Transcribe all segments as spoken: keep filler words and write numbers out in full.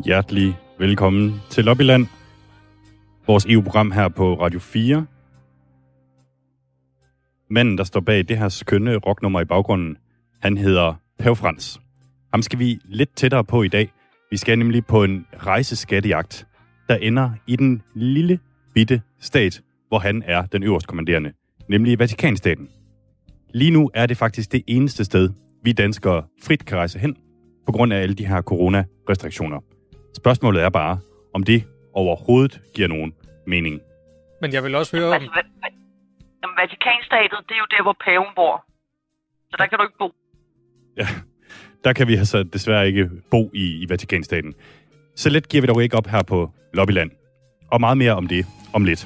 hjertelig velkommen til Lobbyland, vores E U-program her på Radio fire. Manden, der står bag det her skønne rocknummer i baggrunden, han hedder Pave Frans. Ham skal vi lidt tættere på i dag. Vi skal nemlig på en rejseskattejagt, der ender i den lille bitte stat, hvor han er den øverstkommanderende, nemlig Vatikanstaten. Lige nu er det faktisk det eneste sted, vi danskere frit kan rejse hen, på grund af alle de her coronarestriktioner. Spørgsmålet er bare, om det overhovedet giver nogen mening. Men jeg vil også høre om... Altså, Vatikanstaten, det er jo der, hvor paven bor. Så der kan du ikke bo. Ja, der kan vi altså desværre ikke bo i, i Vatikanstaten. Så let giver vi dog ikke op her på Lobbyland. Og meget mere om det om lidt.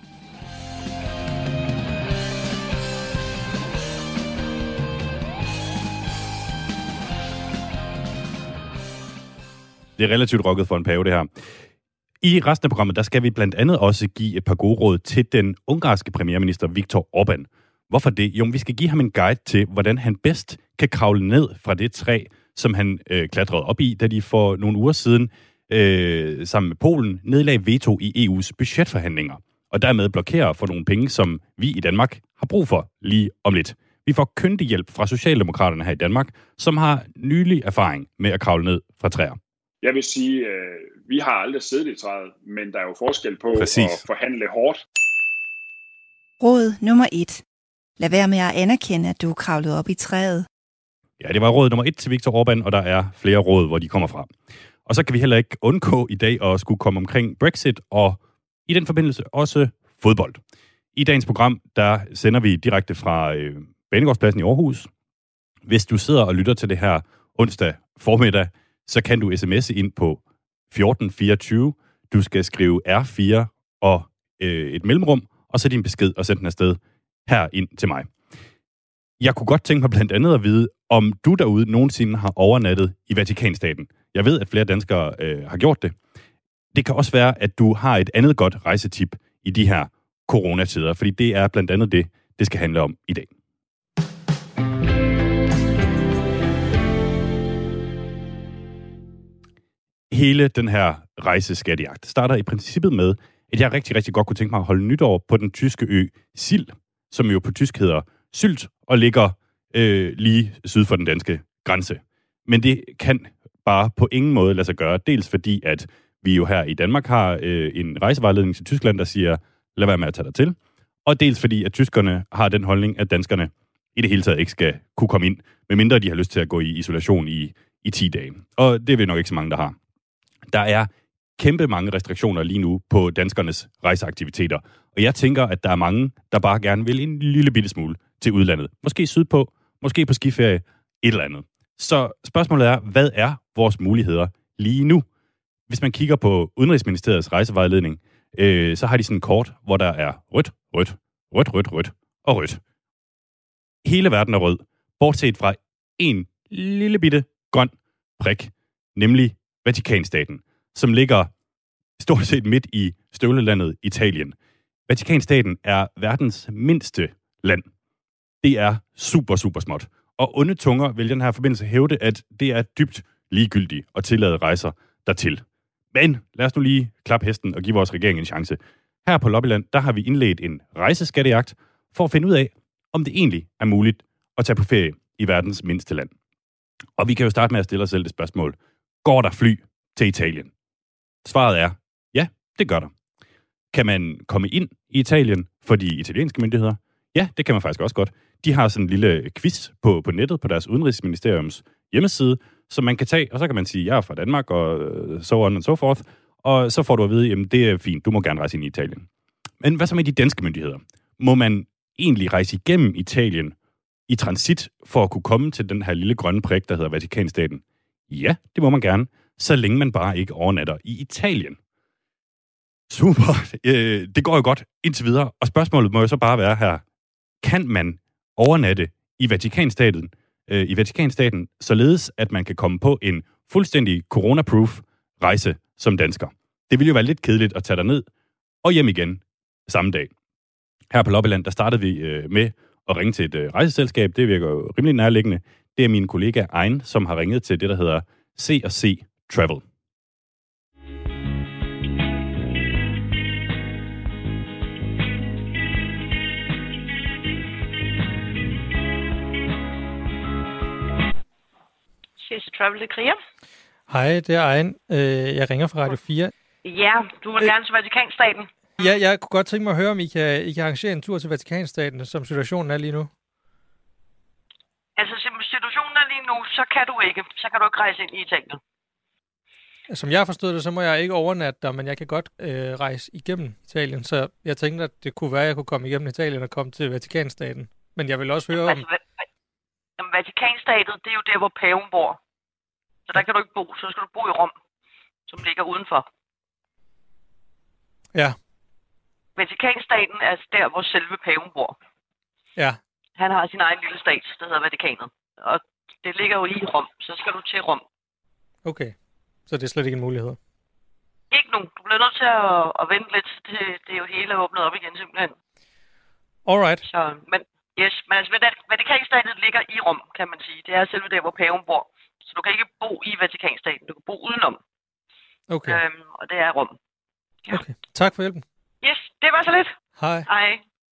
Det er relativt rocket for en pave, det her. I resten af programmet, der skal vi blandt andet også give et par gode råd til den ungarske premierminister Viktor Orbán. Hvorfor det? Jo, vi skal give ham en guide til, hvordan han bedst kan kravle ned fra det træ, som han øh, klatrede op i, da de for nogle uger siden øh, sammen med Polen nedlagde veto i E U's budgetforhandlinger, og dermed blokerer for nogle penge, som vi i Danmark har brug for lige om lidt. Vi får kyndig hjælp fra Socialdemokraterne her i Danmark, som har nylig erfaring med at kravle ned fra træer. Jeg vil sige, øh, vi har aldrig siddet i træet, men der er jo forskel på Præcis. At forhandle hårdt. Råd nummer et. Lad være med at anerkende, at du er kravlet op i træet. Ja, det var råd nummer et til Viktor Orbán, og der er flere råd, hvor de kommer fra. Og så kan vi heller ikke undgå i dag at skulle komme omkring Brexit, og i den forbindelse også fodbold. I dagens program, der sender vi direkte fra øh, Banegårdspladsen i Aarhus. Hvis du sidder og lytter til det her onsdag formiddag, så kan du sms'e ind på fjorten fireogtyve. Du skal skrive R fire og øh, et mellemrum, og så din besked og send den afsted her ind til mig. Jeg kunne godt tænke mig blandt andet at vide, om du derude nogensinde har overnattet i Vatikanstaten. Jeg ved, at flere danskere øh, har gjort det. Det kan også være, at du har et andet godt rejsetip i de her coronatider, fordi det er blandt andet det, det skal handle om i dag. Hele den her rejseskattejagt starter i princippet med, at jeg rigtig, rigtig godt kunne tænke mig at holde nytår på den tyske ø Sild, som jo på tysk hedder Sylt, og ligger øh, lige syd for den danske grænse. Men det kan bare på ingen måde lade sig gøre, dels fordi, at vi jo her i Danmark har øh, en rejsevejledning til Tyskland, der siger, lad være med at tage dig til, og dels fordi, at tyskerne har den holdning, at danskerne i det hele taget ikke skal kunne komme ind, medmindre de har lyst til at gå i isolation i, i ti dage. Og det er vi nok ikke så mange, der har. Der er kæmpe mange restriktioner lige nu på danskernes rejseaktiviteter. Og jeg tænker, at der er mange, der bare gerne vil en lille bitte smule til udlandet. Måske sydpå, måske på skiferie, et eller andet. Så spørgsmålet er, hvad er vores muligheder lige nu? Hvis man kigger på Udenrigsministeriets rejsevejledning, øh, så har de sådan en kort, hvor der er rødt, rødt, rødt, rødt, rødt og rødt. Hele verden er rød, bortset fra en lille bitte grøn prik, nemlig Vatikanstaten, som ligger stort set midt i støvlelandet Italien. Vatikanstaten er verdens mindste land. Det er super, super småt. Og onde tunger vil den her forbindelse hævde, at det er dybt ligegyldigt at tillade rejser dertil. Men lad os nu lige klappe hesten og give vores regering en chance. Her på Lobbyland, der har vi indledt en rejseskattejagt for at finde ud af, om det egentlig er muligt at tage på ferie i verdens mindste land. Og vi kan jo starte med at stille os selv det spørgsmål. Går der fly til Italien? Svaret er, ja, det gør der. Kan man komme ind i Italien for de italienske myndigheder? Ja, det kan man faktisk også godt. De har sådan en lille quiz på, på nettet på deres udenrigsministeriums hjemmeside, som man kan tage, og så kan man sige, jeg er fra Danmark, og so on and so forth, og så får du at vide, jamen det er fint, du må gerne rejse ind i Italien. Men hvad så med de danske myndigheder? Må man egentlig rejse igennem Italien i transit for at kunne komme til den her lille grønne prik, der hedder Vatikanstaten? Ja, det må man gerne, så længe man bare ikke overnatter i Italien. Super, øh, det går jo godt indtil videre, og spørgsmålet må jo så bare være her, kan man overnatte i Vatikanstaten, øh, i Vatikanstaten, således at man kan komme på en fuldstændig corona-proof rejse som dansker? Det ville jo være lidt kedeligt at tage ned og hjem igen samme dag. Her på Lobbyland, der startede vi øh, med at ringe til et øh, rejseselskab. Det virker jo rimelig nærliggende. Det er min kollega Ein, som har ringet til det, der hedder C og C Travel. til Travel de Kriger. Hej, det er Ejn. Øh, jeg ringer fra Radio fire. Ja, du vil gerne til Vatikanstaten. Ja, jeg kunne godt tænke mig at høre, om I kan, I kan arrangere en tur til Vatikanstaten, som situationen er lige nu. Altså, som situationen er lige nu, så kan du ikke. Så kan du ikke rejse ind i Italien. Som jeg har forstået det, så må jeg ikke overnatte der, men jeg kan godt øh, rejse igennem Italien. Så jeg tænkte, at det kunne være, at jeg kunne komme igennem Italien og komme til Vatikanstaten. Men jeg vil også høre altså, om... Jamen, Vatikanstaten, det er jo der, hvor paven bor. Så der kan du ikke bo. Så skal du bo i Rom, som ligger udenfor. Ja. Vatikanstaten er der, hvor selve paven bor. Ja. Han har sin egen lille stat, der hedder Vatikanet. Og det ligger jo i Rom, så skal du til Rom. Okay. Så det er slet ikke en mulighed? Ikke nu. Du bliver nødt til at, at vente lidt. Det, det er jo hele åbnet op igen, simpelthen. Alright. Så, men, yes, men altså, Vatikanstaten ligger i Rom, kan man sige. Det er selve der, hvor paven bor. Så du kan ikke bo i Vatikanstaten. Du kan bo udenom. Okay. Øhm, og det er Rom. Ja. Okay. Tak for hjælpen. Yes, det var så lidt. Hej. Hej.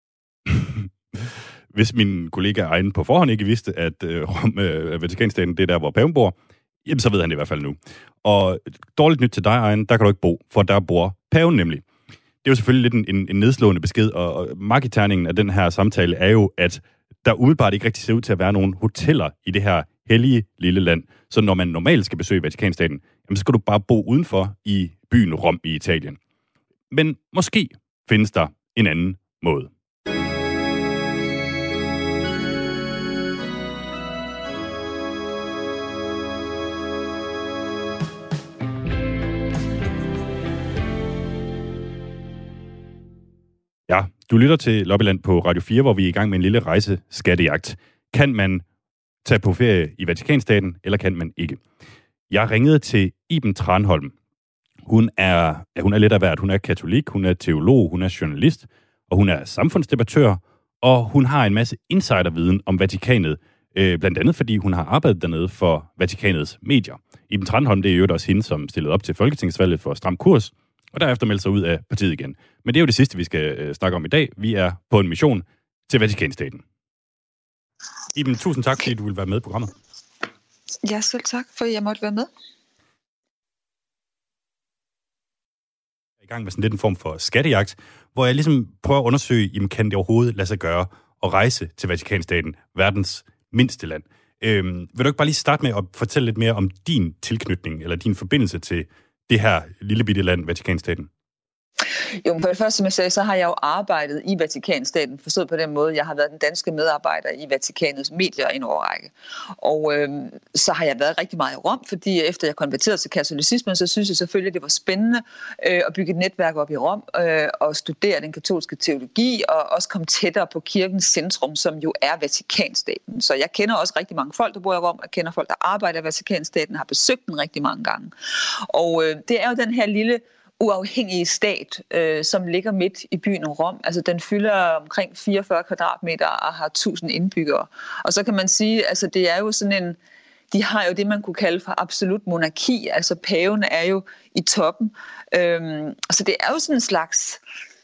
Hvis min kollega Ejn på forhånd ikke vidste, at øh, Rom, øh, Vatikanstaten, det er der, hvor paven bor, jamen så ved han det i hvert fald nu. Og dårligt nyt til dig, Ejn, der kan du ikke bo, for der bor paven nemlig. Det er jo selvfølgelig lidt en, en nedslående besked, og, og marketerningen af den her samtale er jo, at der umiddelbart ikke rigtig ser ud til at være nogen hoteller i det her hellige lille land. Så når man normalt skal besøge Vatikanstaten, jamen, så skal du bare bo udenfor i byen Rom i Italien. Men måske findes der en anden måde. Ja, du lytter til Lobbyland på Radio fire, hvor vi er i gang med en lille rejseskattejagt. Kan man tage på ferie i Vatikanstaten, eller kan man ikke? Jeg ringede til Iben Tranholm. Hun er, ja, hun er lidt af hvert. Hun er katolik, hun er teolog, hun er journalist, og hun er samfundsdebattør, og hun har en masse insiderviden om Vatikanet, øh, blandt andet fordi hun har arbejdet dernede for Vatikanets medier. Iben Tranholm, det er jo også hende, som stillede op til Folketingsvalget for Stram Kurs, og derefter meldte sig ud af partiet igen. Men det er jo det sidste, vi skal øh, snakke om i dag. Vi er på en mission til Vatikanstaten. Iben, tusind tak, fordi du vil være med i programmet. Ja, selv tak, for jeg måtte være med. Jeg er i gang med sådan lidt en form for skattejagt, hvor jeg ligesom prøver at undersøge, jamen, kan det overhovedet lade sig gøre at rejse til Vatikanstaten, verdens mindste land. Øhm, vil du ikke bare lige starte med at fortælle lidt mere om din tilknytning, eller din forbindelse til det her lille bitte land, Vatikanstaten? Jo, for det første, som jeg sagde, så har jeg jo arbejdet i Vatikanstaten, forstået på den måde, jeg har været den danske medarbejder i Vatikanets medier i en årrække. Og øh, så har jeg været rigtig meget i Rom, fordi efter jeg konverterede til katolicismen, så synes jeg selvfølgelig, at det var spændende øh, at bygge et netværk op i Rom øh, og studere den katolske teologi og også komme tættere på kirkens centrum, som jo er Vatikanstaten. Så jeg kender også rigtig mange folk, der bor i Rom, jeg kender folk, der arbejder i Vatikanstaten, har besøgt den rigtig mange gange. Og øh, det er jo den her lille uafhængige stat, øh, som ligger midt i byen Rom. Altså den fylder omkring fireogfyrre kvadratmeter og har tusind indbyggere. Og så kan man sige, altså det er jo sådan en, de har jo det, man kunne kalde for absolut monarki. Altså paven er jo i toppen. Øhm, så det er jo sådan en slags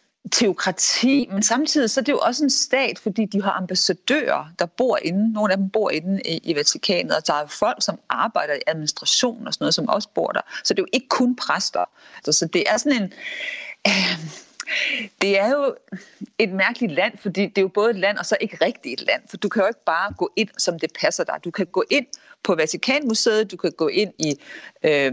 teokrati, men samtidig så er det jo også en stat, fordi de har ambassadører, der bor inde. Nogle af dem bor inde i, i Vatikanet, og der er folk, som arbejder i administration og sådan noget, som også bor der. Så det er jo ikke kun præster. Altså, så det er sådan en... Øh, det er jo et mærkeligt land, fordi det er jo både et land og så ikke rigtigt et land. For du kan jo ikke bare gå ind, som det passer dig. Du kan gå ind på Vatikanmuseet, du kan gå ind i... Øh,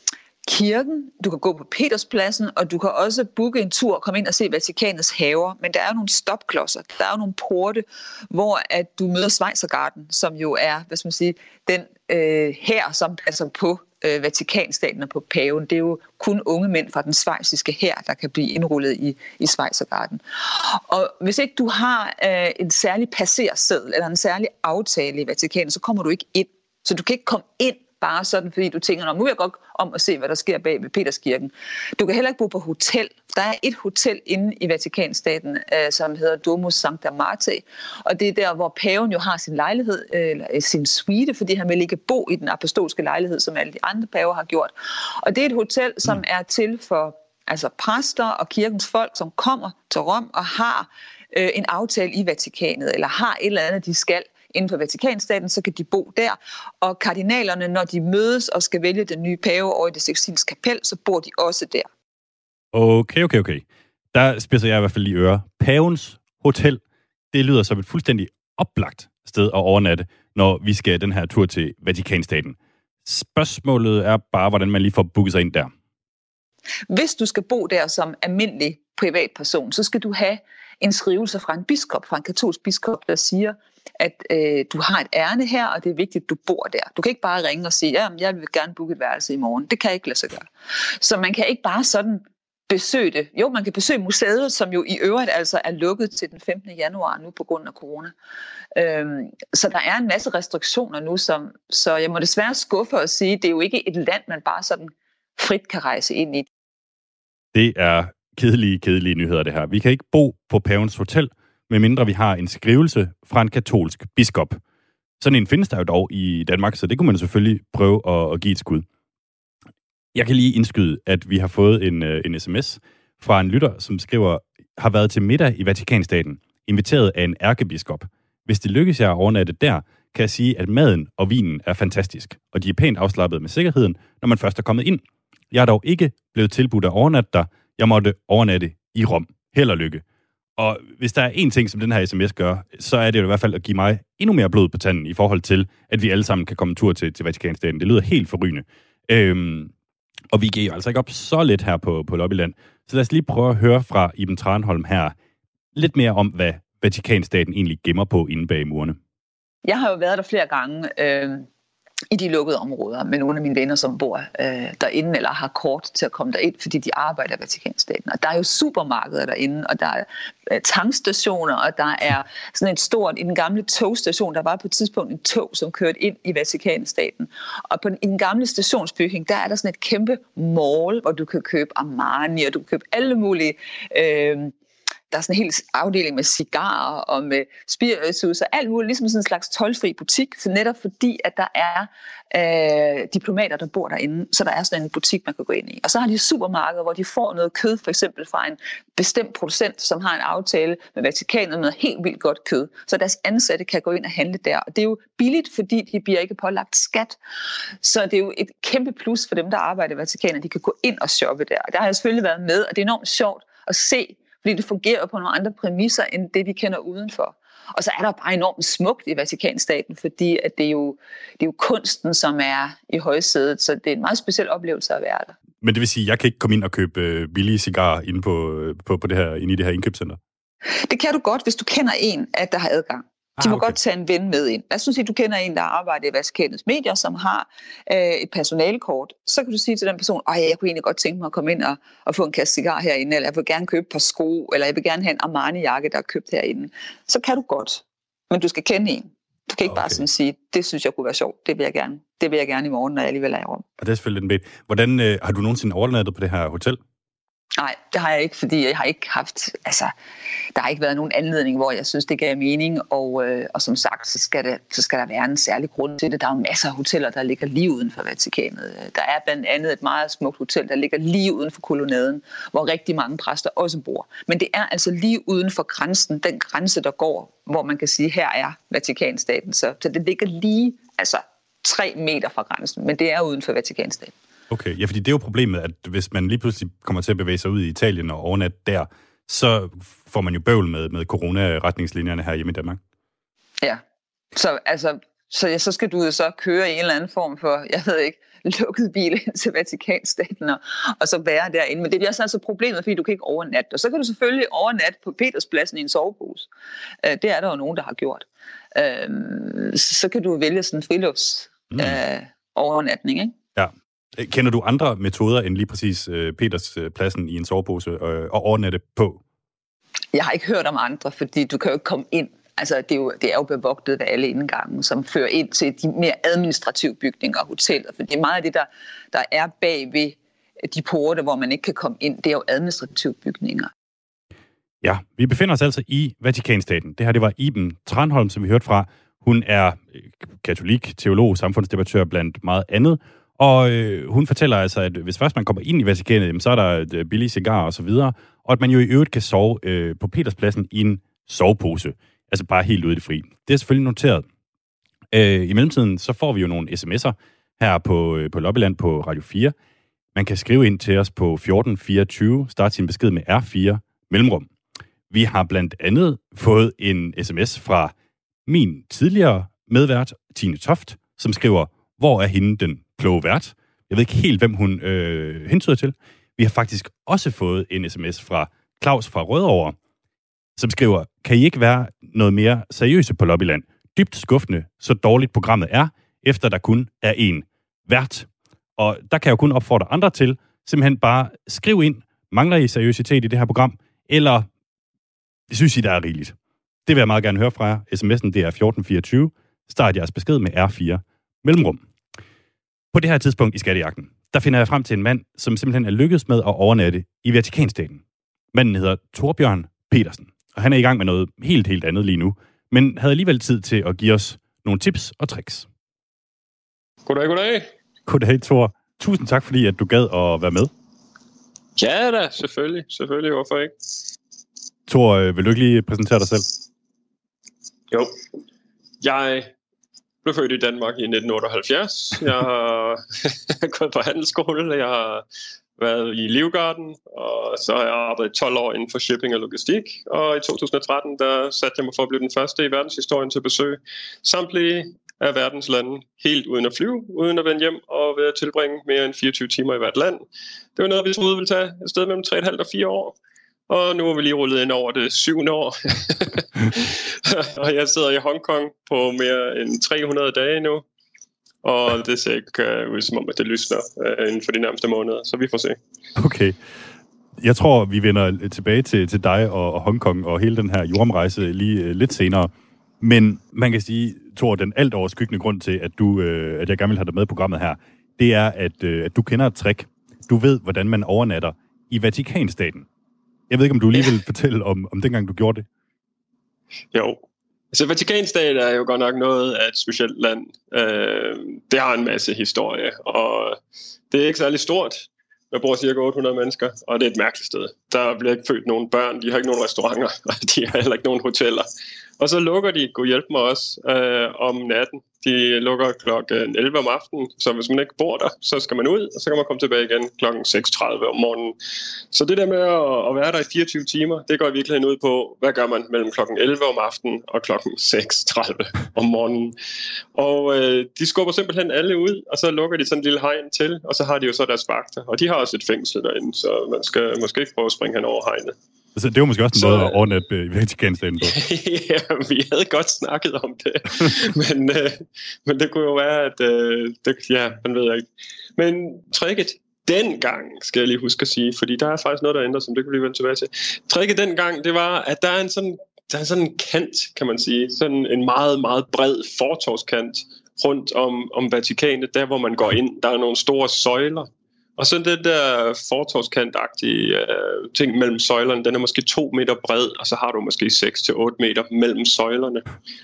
kirken, du kan gå på Peterspladsen, og du kan også booke en tur og komme ind og se Vatikanets haver. Men der er jo nogle stopklodser, der er jo nogle porte, hvor at du møder Schweizergarden, som jo er, hvad skal man sige, den øh, hær, som passer på øh, Vatikanstaten og på paven. Det er jo kun unge mænd fra den schweiziske hær, der kan blive indrullet i, i Schweizergarden. Og hvis ikke du har øh, en særlig passerseddel eller en særlig aftale i Vatikanet, så kommer du ikke ind. Så du kan ikke komme ind bare sådan, fordi du tænker, nu vil jeg godt om at se, hvad der sker bag ved Peterskirken. Du kan heller ikke bo på hotel. Der er et hotel inde i Vatikanstaten, øh, som hedder Domus Sancta Martha, og det er der, hvor paven jo har sin lejlighed, eller øh, sin suite, fordi han vil ikke bo i den apostolske lejlighed, som alle de andre paver har gjort. Og det er et hotel, som mm. er til for altså præster og kirkens folk, som kommer til Rom og har øh, en aftale i Vatikanet, eller har et eller andet, de skal inden for Vatikanstaten, så kan de bo der. Og kardinalerne, når de mødes og skal vælge den nye pave over i det Sixtinske Kapel, så bor de også der. Okay, okay, okay. Der spidser jeg i hvert fald lige ører. Pavens Hotel, det lyder som et fuldstændig oplagt sted at overnatte, når vi skal den her tur til Vatikanstaten. Spørgsmålet er bare, hvordan man lige får booket sig ind der. Hvis du skal bo der som almindelig privatperson, så skal du have en skrivelse fra en biskop, fra en katolsk biskop, der siger, at øh, du har et ærne her, og det er vigtigt, at du bor der. Du kan ikke bare ringe og sige, ja, jeg vil gerne booke et værelse i morgen. Det kan ikke lade sig gøre. Så man kan ikke bare sådan besøge det. Jo, man kan besøge museet, som jo i øvrigt altså er lukket til den femtende januar nu på grund af corona. Øhm, så der er en masse restriktioner nu, som, så jeg må desværre skuffe og sige, det er jo ikke et land, man bare sådan frit kan rejse ind i. Det er kedelige, kedelige nyheder, det her. Vi kan ikke bo på Pavens Hotel, medmindre vi har en skrivelse fra en katolsk biskop. Sådan en findes der jo dog i Danmark, så det kunne man selvfølgelig prøve at, at give et skud. Jeg kan lige indskyde, at vi har fået en, en sms fra en lytter, som skriver, har været til middag i Vatikanstaten, inviteret af en ærkebiskop. Hvis det lykkes jer at overnatte der, kan jeg sige, at maden og vinen er fantastisk, og de er pænt afslappet med sikkerheden, når man først er kommet ind. Jeg er dog ikke blevet tilbudt at overnatte der. Jeg måtte overnatte i Rom. Held og lykke. Og hvis der er én ting, som den her sms gør, så er det jo i hvert fald at give mig endnu mere blod på tanden i forhold til, at vi alle sammen kan komme en tur til, til Vatikanstaten. Det lyder helt forrygende. Øhm, og vi giver altså ikke op så lidt her på, på Lobbyland. Så lad os lige prøve at høre fra Iben Tranholm her lidt mere om, hvad Vatikanstaten egentlig gemmer på inde bag murene. Jeg har jo været der flere gange øh, i de lukkede områder med nogle af mine venner, som bor øh, derinde eller har kort til at komme derind, fordi de arbejder i Vatikanstaten. Og der er jo supermarkeder derinde, og der er øh, tankstationer, og der er sådan et stort, i den gamle togstation, der var på et tidspunkt en tog, som kørte ind i Vatikanstaten. Og på den, i den gamle stationsbygning, der er der sådan et kæmpe mall, hvor du kan købe Armani, og du kan købe alle mulige... Øh, Der er sådan en hel afdeling med cigarer og med spiritus og alt muligt, ligesom sådan en slags toldfri butik, for netop fordi, at der er øh, diplomater, der bor derinde, så der er sådan en butik, man kan gå ind i. Og så har de supermarkeder, hvor de får noget kød, for eksempel fra en bestemt producent, som har en aftale med Vatikanet med noget helt vildt godt kød. Så deres ansatte kan gå ind og handle der. Og det er jo billigt, fordi de bliver ikke pålagt skat. Så det er jo et kæmpe plus for dem, der arbejder i Vatikanet, at de kan gå ind og shoppe der. Og der har jeg selvfølgelig været med, og det er enormt sjovt at se, fordi det fungerer på nogle andre præmisser, end det, vi kender udenfor. Og så er der bare enormt smukt i Vatikanstaten, fordi at det, er jo, det er jo kunsten, som er i højsædet, så det er en meget speciel oplevelse at være der. Men det vil sige, at jeg kan ikke komme ind og købe billige cigarer inde, på, på, på det her, inde i det her indkøbscenter? Det kan du godt, hvis du kender en, at der har adgang. De må ah, okay. godt tage en ven med ind. Lad os sige, at du kender en, der arbejder i Vatikanets medier, som har øh, et personalekort. Så kan du sige til den person, at jeg kunne egentlig godt tænke mig at komme ind og, og få en kasse cigar herinde, eller jeg vil gerne købe et par sko, eller jeg vil gerne have en Armani-jakke, der er købt herinde. Så kan du godt, men du skal kende en. Du kan ikke okay. bare sådan sige, det synes jeg kunne være sjovt, det vil jeg gerne. Det vil jeg gerne i morgen, når jeg alligevel er i Rom. Og det er selvfølgelig en bed. Hvordan øh, har du nogensinde overnattet på det her hotel? Nej, det har jeg ikke, fordi jeg har ikke haft, altså, der har ikke været nogen anledning, hvor jeg synes, det gav mening, og, øh, og som sagt, så skal, det, så skal der være en særlig grund til det. Der er jo masser af hoteller, der ligger lige uden for Vatikanet. Der er blandt andet et meget smukt hotel, der ligger lige uden for kolonnaden, hvor rigtig mange præster også bor. Men det er altså lige uden for grænsen, den grænse, der går, hvor man kan sige, her er Vatikanstaten. Så, så det ligger lige, altså tre meter fra grænsen, men det er uden for Vatikanstaten. Okay, ja, fordi det er jo problemet, at hvis man lige pludselig kommer til at bevæge sig ud i Italien og overnatte der, så får man jo bøvl med, med corona-retningslinjerne her hjemme i Danmark. Ja, så, altså, så, ja, så skal du så køre i en eller anden form for, jeg ved ikke, lukket bil ind til Vatikanstaten og, og så være derinde. Men det bliver så altså problemet, fordi du kan ikke overnatte. Og så kan du selvfølgelig overnatte på Peterspladsen i en sovepose. Uh, det er der jo nogen, der har gjort. Uh, så kan du vælge sådan en frilufts mm. uh, overnatning, ikke? Ja. Kender du andre metoder end lige præcis øh, Peterspladsen i en sovepose øh, og overnatte på? Jeg har ikke hørt om andre, fordi du kan jo ikke komme ind. Altså, det er jo, det er jo bevogtet ved alle indgange, som fører ind til de mere administrative bygninger og hoteller. For det er meget af det, der, der er bag ved de porte, hvor man ikke kan komme ind. Det er jo administrative bygninger. Ja, vi befinder os altså i Vatikanstaten. Det her, det var Iben Tranholm, som vi hørte fra. Hun er katolik, teolog, samfundsdebattør blandt meget andet. Og øh, hun fortæller altså, at hvis først man kommer ind i Vatikanet, så er der billige cigarer og så videre, og at man jo i øvrigt kan sove øh, på Peterspladsen i en sovepose, altså bare helt ude i det fri. Det er selvfølgelig noteret. Øh, I mellemtiden, så får vi jo nogle sms'er her på, øh, på Lobbyland på Radio fire. Man kan skrive ind til os på fjorten fireogtyve, start sin besked med R fire, mellemrum. Vi har blandt andet fået en sms fra min tidligere medvært, Tine Toft, som skriver, hvor er hende den kloge vært? Jeg ved ikke helt, hvem hun øh, hentyder til. Vi har faktisk også fået en sms fra Claus fra Rødovre, som skriver, kan I ikke være noget mere seriøse på Lobbyland? Dybt skuffende, så dårligt programmet er, efter der kun er en vært. Og der kan jeg jo kun opfordre andre til, simpelthen bare skriv ind, mangler I seriøsitet i det her program, eller synes I, der er rigeligt? Det vil jeg meget gerne høre fra jer. sms'en, det er fjorten fireogtyve. Start jeres besked med R fire, mellemrum. På det her tidspunkt i Skattejagten, der finder jeg frem til en mand, som simpelthen er lykkedes med at overnatte i Vatikanstaten. Manden hedder Torbjørn Petersen, og han er i gang med noget helt, helt andet lige nu, men havde alligevel tid til at give os nogle tips og tricks. Goddag, goddag. Goddag, Thor. Tusind tak, fordi at du gad at være med. Ja da, selvfølgelig. Selvfølgelig, hvorfor ikke? Thor, vil du ikke lige præsentere dig selv? Jo. Jeg blev født i Danmark i nitten otteoghalvfjerds. Jeg har gået på handelsskole. Jeg har været i Livgarden, og så har jeg arbejdet tolv år inden for shipping og logistik. Og i to tusind og tretten, der satte jeg mig for at blive den første i verdenshistorien til at besøge samtlige af verdens lande, helt uden at flyve, uden at vende hjem og ved at tilbringe mere end fireogtyve timer i hvert land. Det var noget, vi troede ville tage et sted mellem tre komma fem og fire år. Og nu er vi lige rullet ind over det syvende år. Og jeg sidder i Hongkong på mere end tre hundrede dage nu. Og det ser ikke ud som om, at det lysner uh, inden for de nærmeste måneder. Så vi får se. Okay. Jeg tror, vi vender tilbage til, til dig og, og Hongkong og hele den her jordomrejse lige uh, lidt senere. Men man kan sige, Thor, den alt overskyggende grund til, at, du, uh, at jeg gerne vil have dig med i programmet her, det er, at, uh, at du kender et trick. Du ved, hvordan man overnatter i Vatikanstaten. Jeg ved ikke, om du lige vil fortælle om, om dengang, du gjorde det. Jo. Altså, Vatikanstaten er jo godt nok noget af et specielt land. Øh, det har en masse historie, og det er ikke særlig stort. Der bor cirka otte hundrede mennesker, og det er et mærkeligt sted. Der bliver ikke født nogen børn, de har ikke nogen restauranter, og de har heller ikke nogen hoteller. Og så lukker de, Gud hjælp mig også, øh, om natten. De lukker klokken elleve om aftenen, så hvis man ikke bor der, så skal man ud, og så kan man komme tilbage igen klokken seks tredive om morgenen. Så det der med at være der i fireogtyve timer, det går i virkeligheden ud på, hvad gør man mellem klokken elleve om aftenen og klokken seks tredive om morgenen. Og øh, de skubber simpelthen alle ud, og så lukker de sådan en lille hegn til, og så har de jo så deres vagter. Og de har også et fængsel derinde, så man skal måske ikke prøve at springe hen over hegnet. Altså, det var måske også en så, måde at overnatte i Vatikanstaten på. Ja, vi havde godt snakket om det. men, øh, men det kunne jo være, at... Øh, det, ja, man ved jeg ikke. Men tricket dengang, skal jeg lige huske at sige, fordi der er faktisk noget, der ændrer, som det kan vi vende tilbage til. Tricket dengang, det var, at der er en sådan, der er sådan en kant, kan man sige. Sådan en meget, meget bred fortovskant rundt om, om Vatikanet, der hvor man går ind. Der er nogle store søjler. Og så den der fortovskant-agtige øh, ting mellem søjlerne, den er måske to meter bred, og så har du måske seks til otte meter mellem søjlerne.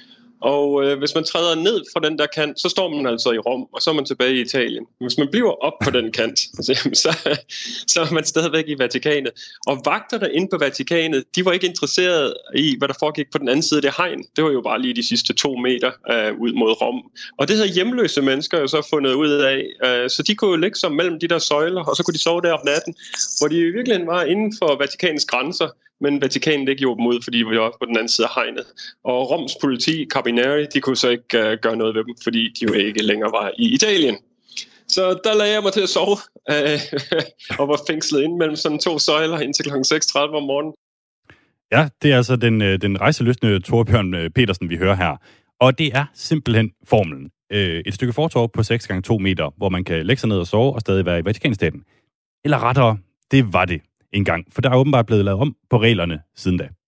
Og øh, hvis man træder ned fra den der kant, så står man altså i Rom, og så er man tilbage i Italien. Hvis man bliver op på den kant, så, så er man stadigvæk i Vatikanet. Og vagterne inde på Vatikanet, de var ikke interesseret i, hvad der foregik på den anden side af det hegn. Det var jo bare lige de sidste to meter øh, ud mod Rom. Og det havde hjemløse mennesker jo så fundet ud af. Øh, så de kunne jo ligge som mellem de der søjler, og så kunne de sove der om natten, hvor de i virkeligheden var inden for Vatikanets grænser. Men Vatikanet ikke gjorde dem ud, fordi vi var på den anden side af hegnet. Og Roms politi, Carabinieri, de kunne så ikke uh, gøre noget ved dem, fordi de jo ikke længere var i Italien. Så der lagde jeg mig til at sove, uh, og var fængslet inde mellem sådan to søjler indtil klokken seks tredive om morgenen. Ja, det er altså den, den rejselystne Torbjørn Petersen, vi hører her. Og det er simpelthen formlen. Et stykke fortov på seks gange to meter, hvor man kan lægge sig ned og sove og stadig være i Vatikanstaten. Eller rettere, det var det en gang, for der er åbenbart blevet lavet om på reglerne siden da.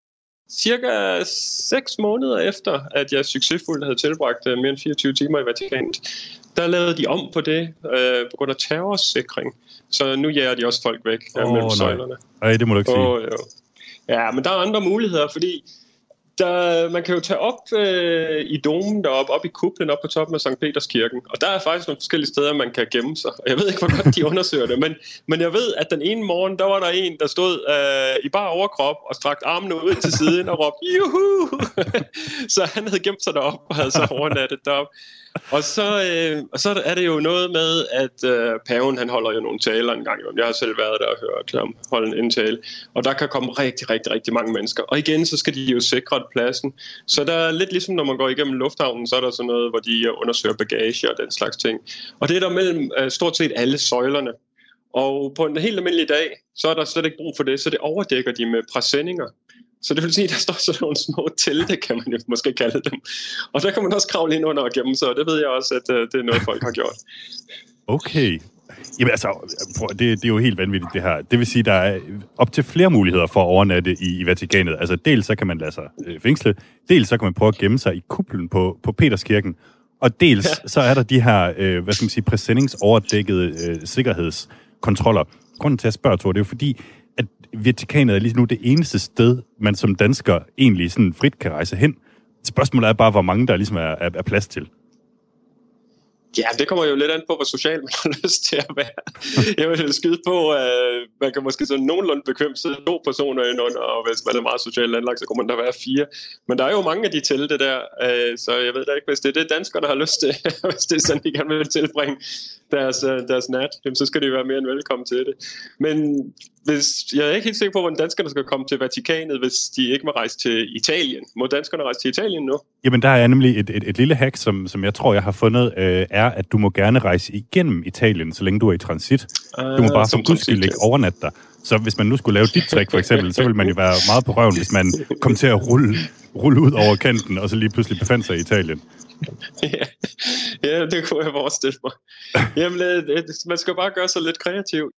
Cirka seks måneder efter, at jeg succesfuldt havde tilbragt mere end fireogtyve timer i Vatikanet, der lavede de om på det øh, på grund af terrorsikring. Så nu jager de også folk væk oh, mellem nej. søjlerne. Nej, det må du ikke oh, sige. Jo. Ja, men der er andre muligheder, fordi Der, man kan jo tage op øh, i domen deroppe, op i kuplen, op på toppen af Sankt Peterskirken. Og der er faktisk nogle forskellige steder, man kan gemme sig. Jeg ved ikke, hvor godt de undersøger det, men, men jeg ved, at den ene morgen, der var der en, der stod øh, i bare overkrop og strakte armene ud til siden og råbte, juhu! Så han havde gemt sig deroppe og havde så overnattet deroppe. Og så, øh, og så er det jo noget med, at øh, paven han holder jo nogle taler en gang. Jeg har selv været der og hørt ham holde en tale. Og der kan komme rigtig, rigtig, rigtig mange mennesker. Og igen, så skal de jo sikre pladsen. Så der er lidt ligesom, når man går igennem lufthavnen, så er der sådan noget, hvor de undersøger bagage og den slags ting. Og det er der mellem øh, stort set alle søjlerne. Og på en helt almindelig dag, så er der slet ikke brug for det, så det overdækker de med præsendinger. Så det vil sige, at der står sådan nogle små telte, kan man jo måske kalde dem. Og der kan man også kravle ind under og gemme sig, og det ved jeg også, at uh, det er noget, folk har gjort. Okay. Jamen altså, det, det er jo helt vanvittigt det her. Det vil sige, at der er op til flere muligheder for at overnatte i, i Vatikanet. Altså dels så kan man lade sig øh, fængsle, dels så kan man prøve at gemme sig i kuplen på, på Peterskirken, og dels ja. så er der de her, øh, hvad skal man sige, præsendingsoverdækkede øh, sikkerhedskontroller. Grunden til at spørge, Thor, det er jo fordi, at Vatikanet er lige nu det eneste sted, man som dansker egentlig sådan frit kan rejse hen. Spørgsmålet er bare, hvor mange der ligesom er, er, er plads til. Ja, det kommer jo lidt an på, hvor social man har lyst til at være. Jeg vil skyde på, at man kan måske sådan nogenlunde bekvemt sidde to personer indunder, og hvis man er meget socialt anlagt, så kunne man der være fire. Men der er jo mange af de telte der, så jeg ved da ikke, hvis det er det, danskerne har lyst til, hvis det er sådan, de gerne vil tilbringe deres, deres nat, så skal de være mere end velkommen til det. Men hvis, jeg er ikke helt sikker på, hvordan danskerne skal komme til Vatikanet, hvis de ikke må rejse til Italien. Må danskerne rejse til Italien nu? Jamen, der er nemlig et, et, et lille hack, som, som jeg tror, jeg har fundet, øh, er, at du må gerne rejse igennem Italien, så længe du er i transit. Du må bare for guds skyld ikke overnatte dig. Så hvis man nu skulle lave dit trick, for eksempel, så ville man jo være meget på røven, hvis man kom til at rulle, rulle ud over kanten, og så lige pludselig befandt sig i Italien. Ja, ja, det kunne jeg forestille mig. Jamen, man skal bare gøre sig lidt kreativ.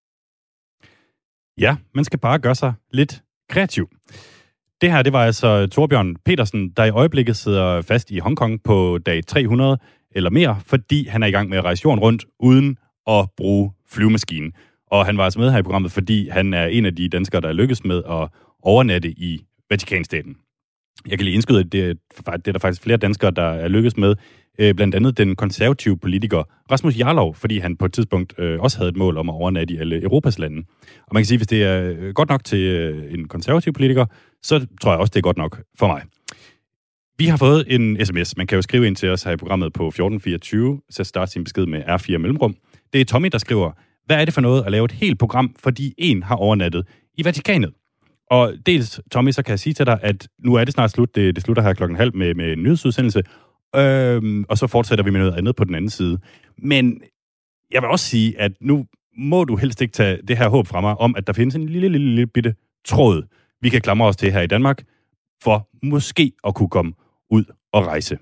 Ja, man skal bare gøre sig lidt kreativ. Det her, det var altså Torbjørn Petersen, der i øjeblikket sidder fast i Hongkong på dag tre hundrede eller mere, fordi han er i gang med at rejse jorden rundt uden at bruge flyvemaskinen. Og han var altså med her i programmet, fordi han er en af de danskere, der er lykkes med at overnatte i Vatikanstaten. Jeg kan lige indskyde, at det, det er der faktisk flere danskere, der er lykkes med. Blandt andet den konservative politiker Rasmus Jarlov, fordi han på et tidspunkt øh, også havde et mål om at overnatte i alle Europas lande. Og man kan sige, at hvis det er godt nok til øh, en konservativ politiker, så tror jeg også, det er godt nok for mig. Vi har fået en sms. Man kan jo skrive ind til os her i programmet på fjorten fireogtyve, så starte sin besked med R fire mellemrum. Det er Tommy, der skriver, hvad er det for noget at lave et helt program, fordi en har overnattet i Vatikanet? Og dels, Tommy, så kan jeg sige til dig, at nu er det snart slut. Det, det slutter her klokken halv med, med en nyhedsudsendelse. Øhm, og så fortsætter vi med noget andet på den anden side. Men jeg vil også sige, at nu må du helst ikke tage det her håb fra mig, om at der findes en lille, lille, lille bitte tråd, vi kan klamre os til her i Danmark, for måske at kunne komme ud og rejse.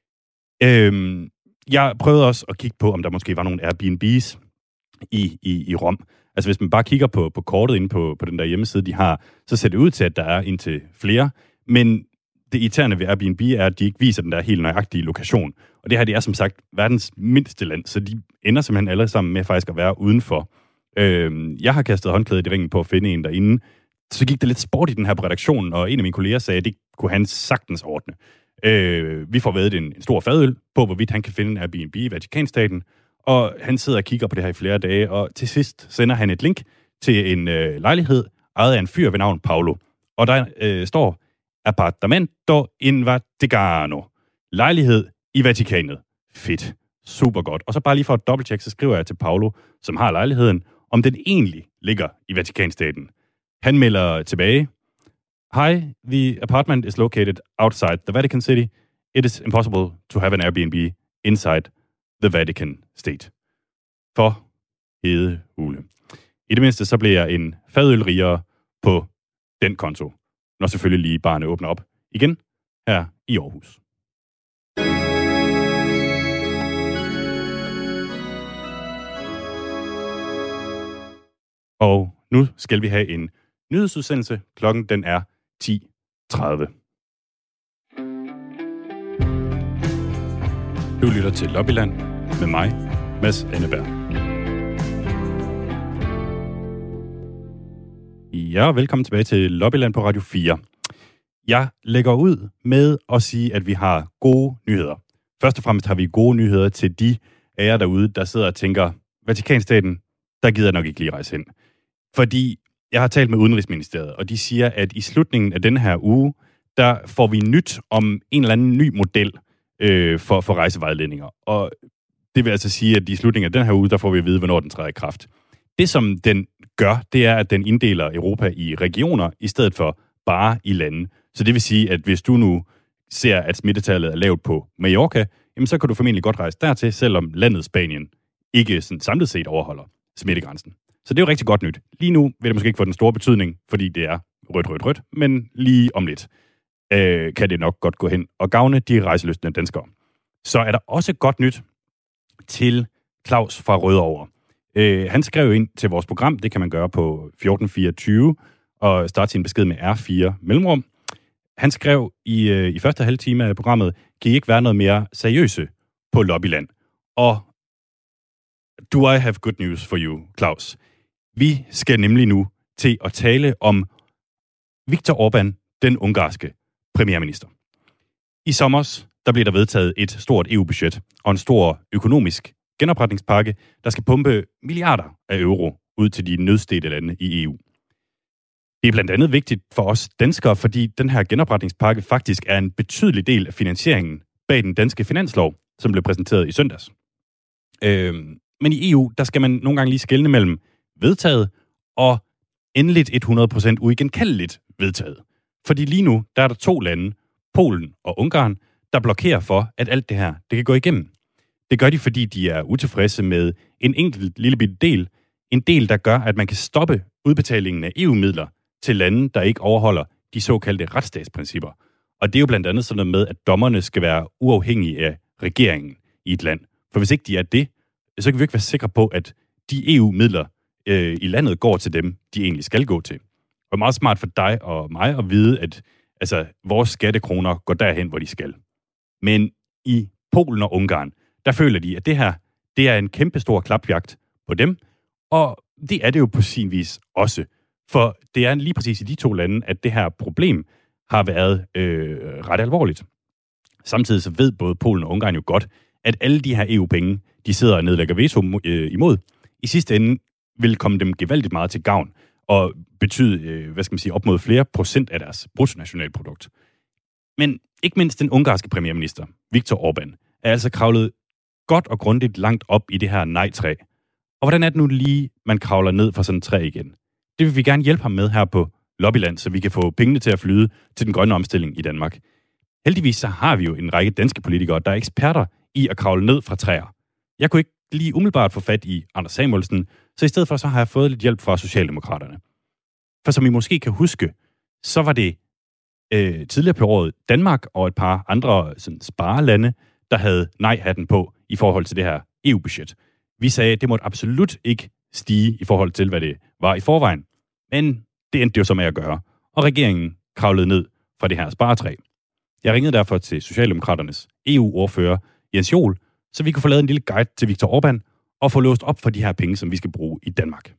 Øhm, jeg prøvede også at kigge på, om der måske var nogle Airbnb's i, i, i Rom. Altså hvis man bare kigger på, på kortet inde på, på den der hjemmeside, de har, så ser det ud til, at der er indtil flere, men det irriterende ved Airbnb er, at de ikke viser den der helt nøjagtige lokation. Og det her, det er som sagt verdens mindste land, så de ender simpelthen alle sammen med faktisk at være udenfor. Øh, jeg har kastet håndklædet i ringen på at finde en derinde. Så gik det lidt sport i den her på redaktionen, og en af mine kolleger sagde, at det kunne han sagtens ordne. Øh, vi får væddet en, en stor fadøl på, hvorvidt han kan finde en Airbnb i Vatikanstaten, og han sidder og kigger på det her i flere dage, og til sidst sender han et link til en øh, lejlighed, ejet af en fyr ved navn Paolo. Og der øh, står Appartamento in Vaticano. Lejlighed i Vatikanet. Fedt. Super godt. Og så bare lige for at dobbelttjekke, så skriver jeg til Paolo, som har lejligheden, om den egentlig ligger i Vatikanstaten. Han melder tilbage. Hi, the apartment is located outside the Vatican City. It is impossible to have an Airbnb inside the Vatican State. For hede hule. I det mindste så bliver jeg en fadøl rigere på den konto, når selvfølgelig lige barne åbner op igen her i Aarhus. Og nu skal vi have en nyhedsudsendelse. Klokken den er ti tredive. Du lytter til Lobbyland med mig, Mads Anneberg. Ja, velkommen tilbage til Lobbyland på Radio fire. Jeg lægger ud med at sige, at vi har gode nyheder. Først og fremmest har vi gode nyheder til de af jer derude, der sidder og tænker, Vatikanstaten, der gider nok ikke lige rejse hen. Fordi jeg har talt med Udenrigsministeriet, og de siger, at i slutningen af denne her uge, der får vi nyt om en eller anden ny model øh, for, for rejsevejledninger. Og det vil altså sige, at i slutningen af den her uge, der får vi at vide, hvornår den træder i kraft. Det, som den gør, det er, at den inddeler Europa i regioner, i stedet for bare i lande. Så det vil sige, at hvis du nu ser, at smittetallet er lavt på Mallorca, jamen så kan du formentlig godt rejse dertil, selvom landet Spanien ikke sådan samlet set overholder smittegrænsen. Så det er jo rigtig godt nyt. Lige nu vil det måske ikke få den store betydning, fordi det er rødt, rødt, rødt, men lige om lidt øh, kan det nok godt gå hen og gavne de rejselystne danskere. Så er der også godt nyt til Claus fra Rødovre. Øh, han skrev ind til vores program, det kan man gøre på fjorten fireogtyve, og starte sin besked med R fire mellemrum. Han skrev i, øh, i første halve time af programmet, kan I ikke være noget mere seriøse på Lobbyland? Og do I have good news for you, Claus? Vi skal nemlig nu til at tale om Viktor Orbán, den ungarske premierminister. I sommers, der blev der vedtaget et stort E U-budget og en stor økonomisk genopretningspakke, der skal pumpe milliarder af euro ud til de nødstedte lande i E U. Det er blandt andet vigtigt for os danskere, fordi den her genopretningspakke faktisk er en betydelig del af finansieringen bag den danske finanslov, som blev præsenteret i søndags. Øhm, men i E U, der skal man nogle gange lige skelne mellem vedtaget og endeligt hundrede procent uigenkaldeligt vedtaget. Fordi lige nu, der er der to lande, Polen og Ungarn, der blokerer for, at alt det her, det kan gå igennem. Det gør de, fordi de er utilfredse med en enkelt lille bitte del. En del, der gør, at man kan stoppe udbetalingen af E U-midler til lande, der ikke overholder de såkaldte retsstatsprincipper. Og det er jo blandt andet sådan noget med, at dommerne skal være uafhængige af regeringen i et land. For hvis ikke de er det, så kan vi ikke være sikre på, at de E U-midler øh, i landet går til dem, de egentlig skal gå til. Og det er meget smart for dig og mig at vide, at altså, vores skattekroner går derhen, hvor de skal. Men i Polen og Ungarn, der føler de, at det her, det er en kæmpestor klapjagt på dem, og det er det jo på sin vis også. For det er lige præcis i de to lande, at det her problem har været øh, ret alvorligt. Samtidig så ved både Polen og Ungarn jo godt, at alle de her E U-penge, de sidder og nedlægger veto øh, imod, i sidste ende vil komme dem gevaldigt meget til gavn, og betyde, øh, hvad skal man sige, op mod flere procent af deres bruttonationalprodukt. Men ikke mindst den ungarske premierminister, Viktor Orbán, er altså kravlet godt og grundigt langt op i det her nej-træ. Og hvordan er det nu lige, man kravler ned fra sådan et træ igen? Det vil vi gerne hjælpe ham med her på Lobbyland, så vi kan få pengene til at flyde til den grønne omstilling i Danmark. Heldigvis så har vi jo en række danske politikere, der er eksperter i at kravle ned fra træer. Jeg kunne ikke lige umiddelbart få fat i Anders Samuelsen, så i stedet for så har jeg fået lidt hjælp fra Socialdemokraterne. For som I måske kan huske, så var det øh, tidligere på året Danmark og et par andre sådan, sparelande, der havde nej-hatten på i forhold til det her E U-budget. Vi sagde, at det måtte absolut ikke stige i forhold til, hvad det var i forvejen. Men det endte jo så med at gøre. Og regeringen kravlede ned fra det her sparetræ. Jeg ringede derfor til Socialdemokraternes E U-ordfører Jens Joel, så vi kunne få lavet en lille guide til Viktor Orbán og få låst op for de her penge, som vi skal bruge i Danmark.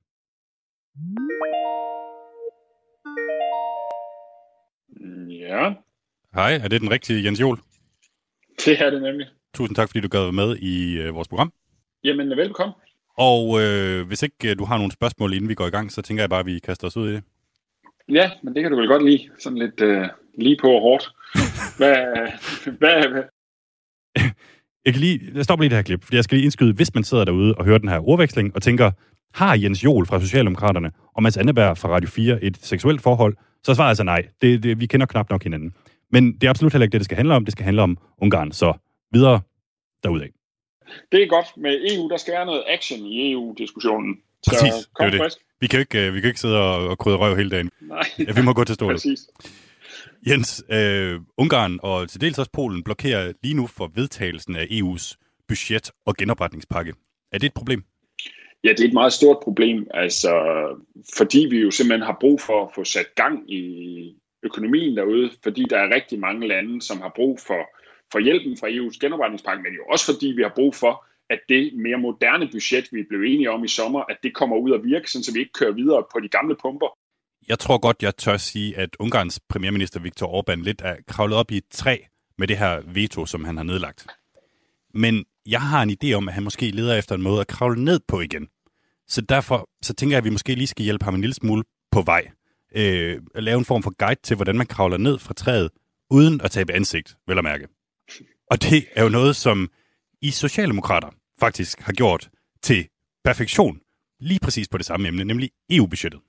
Ja. Hej, er det den rigtige Jens Joel? Det er det nemlig. Tusind tak, fordi du gad være med i øh, vores program. Jamen, velkommen. Og øh, hvis ikke du har nogle spørgsmål, inden vi går i gang, så tænker jeg bare, at vi kaster os ud i det. Ja, men det kan du vel godt lide. Sådan lidt øh, lige på og hårdt. Hvad, hvad, hvad? Jeg kan lige, jeg stopper lige det her klip, fordi jeg skal lige indskyde, hvis man sidder derude og hører den her ordveksling og tænker, har Jens Joel fra Socialdemokraterne og Mads Anneberg fra Radio fire et seksuelt forhold, så svarer altså nej. Det, det, vi kender knap nok hinanden. Men det er absolut heller ikke det, det skal handle om. Det skal handle om Ungarn. Så videre derudad. Det er godt. Med E U, der skal være noget action i E U-diskussionen. Så præcis, kom det frisk. Vi kan jo ikke, vi kan ikke sidde og, og krydre røv hele dagen. Nej. Ja, vi må gå til stålet. Præcis. Jens, øh, Ungarn og til dels også Polen blokerer lige nu for vedtagelsen af E U's budget- og genopretningspakke. Er det et problem? Ja, det er et meget stort problem, altså, fordi vi jo simpelthen har brug for at få sat gang i økonomien derude, fordi der er rigtig mange lande, som har brug for, for hjælpen fra E U's genopretningspakke, men jo også fordi vi har brug for, at det mere moderne budget, vi blev enige om i sommer, at det kommer ud at virke, så vi ikke kører videre på de gamle pumper. Jeg tror godt, jeg tør sige, at Ungarns premierminister Viktor Orbán lidt er kravlet op i et træ med det her veto, som han har nedlagt. Men jeg har en idé om, at han måske leder efter en måde at kravle ned på igen. Så derfor så tænker jeg, at vi måske lige skal hjælpe ham en lille smule på vej. Øh, at lave en form for guide til, hvordan man kravler ned fra træet, uden at tabe ansigt, vel at mærke. Og det er jo noget, som I socialdemokrater faktisk har gjort til perfektion, lige præcis på det samme emne, nemlig E U-budgettet.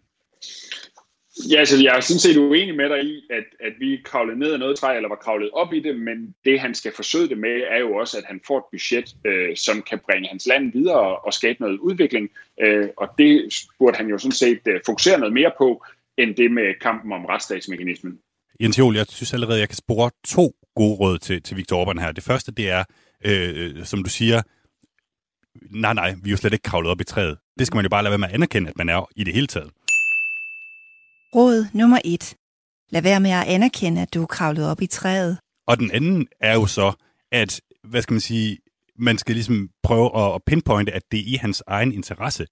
Ja, altså jeg er sådan set uenig med dig i, at, at vi kravlede ned af noget træ, eller var kravlet op i det, men det han skal forsøge det med, er jo også, at han får et budget, øh, som kan bringe hans land videre og skabe noget udvikling, øh, og det burde han jo sådan set øh, fokusere noget mere på, end det med kampen om retsstatsmekanismen. Jens Joel, jeg synes allerede, at jeg kan spore to gode råd til, til Viktor Orbán her. Det første, det er, øh, som du siger, nej, nej, vi er jo slet ikke kravlet op i træet. Det skal man jo bare lade være med at anerkende, at man er i det hele taget. Råd nummer et. Lad være med at anerkende, at du er kravlet op i træet. Og den anden er jo så, at, hvad skal man sige, man skal ligesom prøve at pinpointe, at det er i hans egen interesse.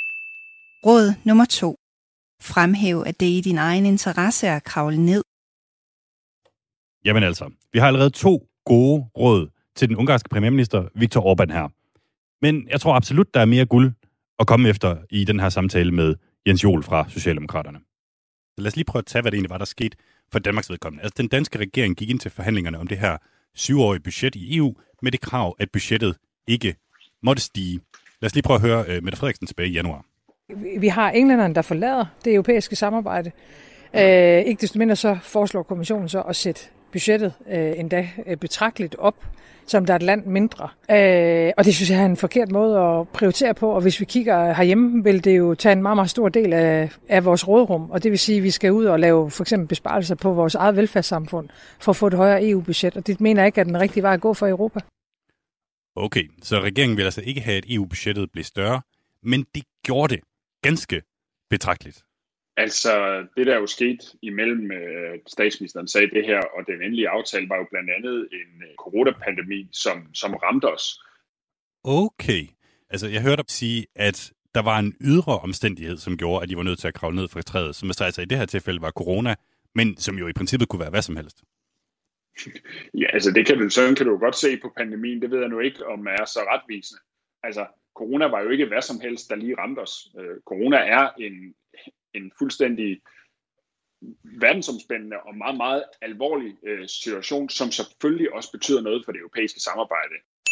Råd nummer to. Fremhæv, at det er i din egen interesse at kravle ned. Jamen altså, vi har allerede to gode råd til den ungarske premierminister Viktor Orbán her. Men jeg tror absolut, der er mere guld at komme efter i den her samtale med Jens Joel fra Socialdemokraterne. Så lad os lige prøve at tage, hvad det egentlig var, der skete for Danmarks vedkommende. Altså, den danske regering gik ind til forhandlingerne om det her syvårige budget i E U med det krav, at budgettet ikke måtte stige. Lad os lige prøve at høre uh, Mette Frederiksen tilbage i januar. Vi har englænderne, der forlader det europæiske samarbejde. Øh, ikke desto mindre så foreslår kommissionen så at sætte budgettet øh, endda øh, betragteligt op, som der er et land mindre. Øh, og det synes jeg er en forkert måde at prioritere på, og hvis vi kigger herhjemme, vil det jo tage en meget, meget stor del af, af vores råderum, og det vil sige, at vi skal ud og lave for eksempel besparelser på vores eget velfærdssamfund for at få et højere E U-budget, og det mener jeg ikke er den rigtige vej at gå for Europa. Okay, så regeringen vil altså ikke have, at E U-budgettet blev større, men det gjorde det ganske betragteligt. Altså, det der jo skete imellem øh, statsministeren sagde det her, og den endelige aftale var jo blandt andet en øh, coronapandemi, som, som ramte os. Okay. Altså, jeg hørte dig sige, at der var en ydre omstændighed, som gjorde, at de var nødt til at kravle ned fra træet, som altså i det her tilfælde var corona, men som jo i princippet kunne være hvad som helst. Ja, altså, det kan du, sådan kan du jo godt se på pandemien. Det ved jeg nu ikke, om er så retvisende. Altså, corona var jo ikke hvad som helst, der lige ramte os. Øh, corona er en... en fuldstændig verdensomspændende og meget, meget alvorlig øh, situation, som selvfølgelig også betyder noget for det europæiske samarbejde.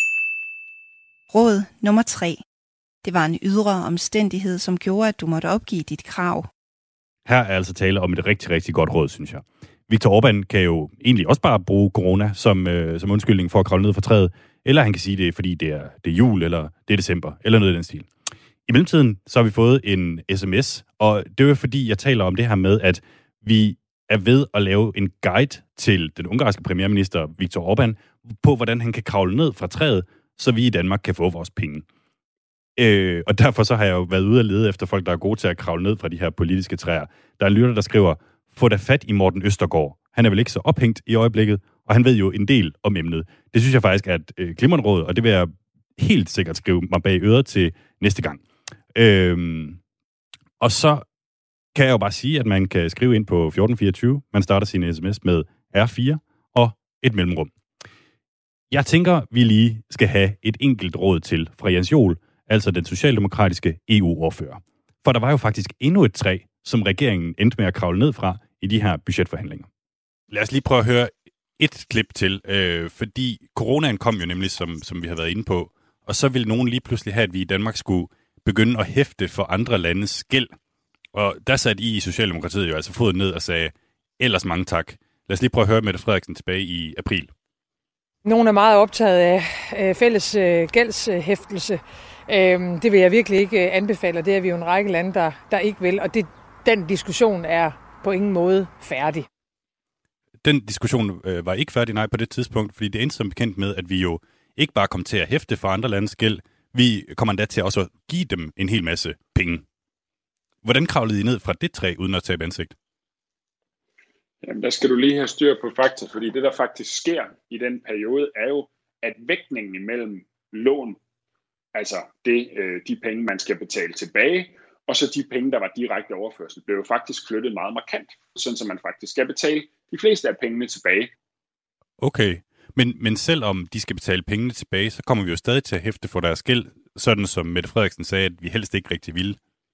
Råd nummer tre. Det var en ydre omstændighed, som gjorde, at du måtte opgive dit krav. Her er altså tale om et rigtig, rigtig godt råd, synes jeg. Viktor Orbán kan jo egentlig også bare bruge corona som, øh, som undskyldning for at kravle ned fra træet, eller han kan sige det, fordi det er, det er jul, eller det er december, eller noget i den stil. I mellemtiden så har vi fået en sms, og det er jo fordi, jeg taler om det her med, at vi er ved at lave en guide til den ungarske premierminister Viktor Orbán på, hvordan han kan kravle ned fra træet, så vi i Danmark kan få vores penge. Øh, og derfor så har jeg jo været ude og lede efter folk, der er gode til at kravle ned fra de her politiske træer. Der er en lytter, der skriver, få da fat i Morten Østergaard. Han er vel ikke så ophængt i øjeblikket, og han ved jo en del om emnet. Det synes jeg faktisk er et øh, glimrende råd, og det vil jeg helt sikkert skrive mig bag øret til næste gang. Øhm, og så kan jeg jo bare sige, at man kan skrive ind på fjorten fireogtyve. Man starter sin sms med R fire og et mellemrum. Jeg tænker, vi lige skal have et enkelt råd til fra Jens Joel, altså den socialdemokratiske E U-ordfører. For der var jo faktisk endnu et træ, som regeringen endte med at kravle ned fra i de her budgetforhandlinger. Lad os lige prøve at høre et klip til, øh, fordi coronaen kom jo nemlig, som, som vi har været inde på, og så ville nogen lige pludselig have, at vi i Danmark skulle begynde at hæfte for andre landes gæld. Og der satte I i Socialdemokratiet jo altså foden ned og sagde, ellers mange tak. Lad os lige prøve at høre Mette Frederiksen tilbage i april. Nogle er meget optaget af fælles gældshæftelse. Det vil jeg virkelig ikke anbefale, det er vi jo en række lande, der, der ikke vil. Og det, den diskussion er på ingen måde færdig. Den diskussion øh, var ikke færdig, nej, på det tidspunkt, fordi det endte som bekendt med, at vi jo ikke bare kom til at hæfte for andre landes gæld, vi kommer endda til også at give dem en hel masse penge. Hvordan kravlede I ned fra det træ, uden at tabe ansigt? Jamen, der skal du lige have styr på fakta, fordi det, der faktisk sker i den periode, er jo, at vægtningen imellem lån, altså det, øh, de penge, man skal betale tilbage, og så de penge, der var direkte overførsel, blev jo faktisk flyttet meget markant, sådan så man faktisk skal betale de fleste af pengene tilbage. Okay, men, men selvom de skal betale pengene tilbage, så kommer vi jo stadig til at hæfte for deres gæld, sådan som Mette Frederiksen sagde, at vi helst ikke rigtig ville.